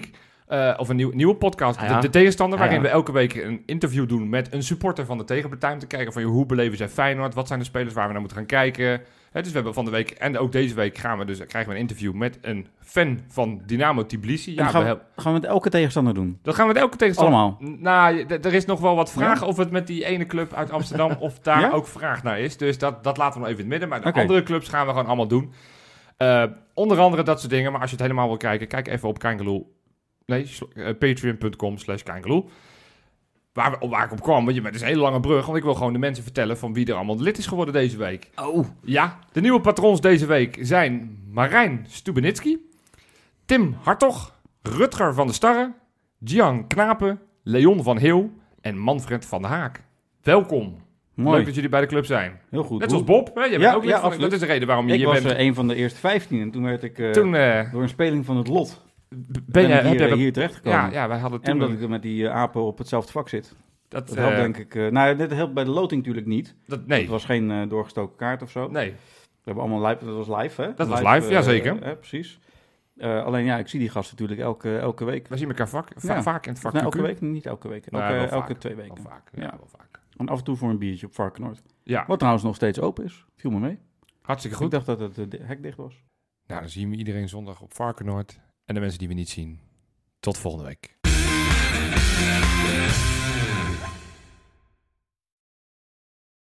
Of een nieuwe podcast, Ja. de tegenstander, Ja, waarin ja. we elke week een interview doen met een supporter van de tegenpartij. Om te kijken van hoe beleven zij Feyenoord, wat zijn de spelers waar we naar moeten gaan kijken. Dus we hebben van de week en ook deze week krijgen we een interview met een fan van Dynamo Tbilisi. En Ja, gaan we met elke tegenstander doen? dat gaan we met elke tegenstander. Allemaal? Nou, er is nog wel wat vragen of het met die ene club uit Amsterdam of daar Ja? ook vraag naar is. Dus dat laten we nog even in het midden. Maar de Oké. andere clubs gaan we gewoon allemaal doen. Onder andere dat soort dingen. Maar als je het helemaal wil kijken, kijk even op patreon.com/Kangeloel. Waar ik op kwam, want het is een hele lange brug. Want ik wil gewoon de mensen vertellen van wie er allemaal lid is geworden deze week. Oh. Ja, de nieuwe patrons deze week zijn Marijn Stubenitski, Tim Hartog, Rutger van der Starre, Gian Knapen, Leon van Heel en Manfred van der Haak. Welkom. Mooi. Leuk dat jullie bij de club zijn. Heel goed. Net zoals Bob. Hè? Je bent ook lid van, absoluut. dat is de reden waarom je Ik hier was bent. een van de eerste 15 en toen werd ik Toen door een speling van het lot ben je, ik heb je dat... hier terechtgekomen. Ja, wij hadden En toen... omdat ik met die apen op hetzelfde vak zit. dat, Dat helpt denk ik... dit helpt bij de loting natuurlijk niet. nee, Het was geen doorgestoken kaart of zo. nee. We hebben allemaal live... Dat was live, hè? Dat was live, ja, zeker. Precies. Alleen ja, ik zie die gasten natuurlijk elke week. We zien elkaar Ja. vaak in het vak. Nee, QQ. elke week? Niet elke week. Nou, wel Elke vaak. 2 weken. Wel vaak. Ja, Ja. wel vaak. En af en toe voor een biertje op Varkenoord. Ja, Wat trouwens nog steeds open is. Viel me mee. hartstikke Ik goed. dacht dat het hek dicht was. Nou, dan zien we iedereen zondag op Varkenoord. En de mensen die we niet zien, tot volgende week.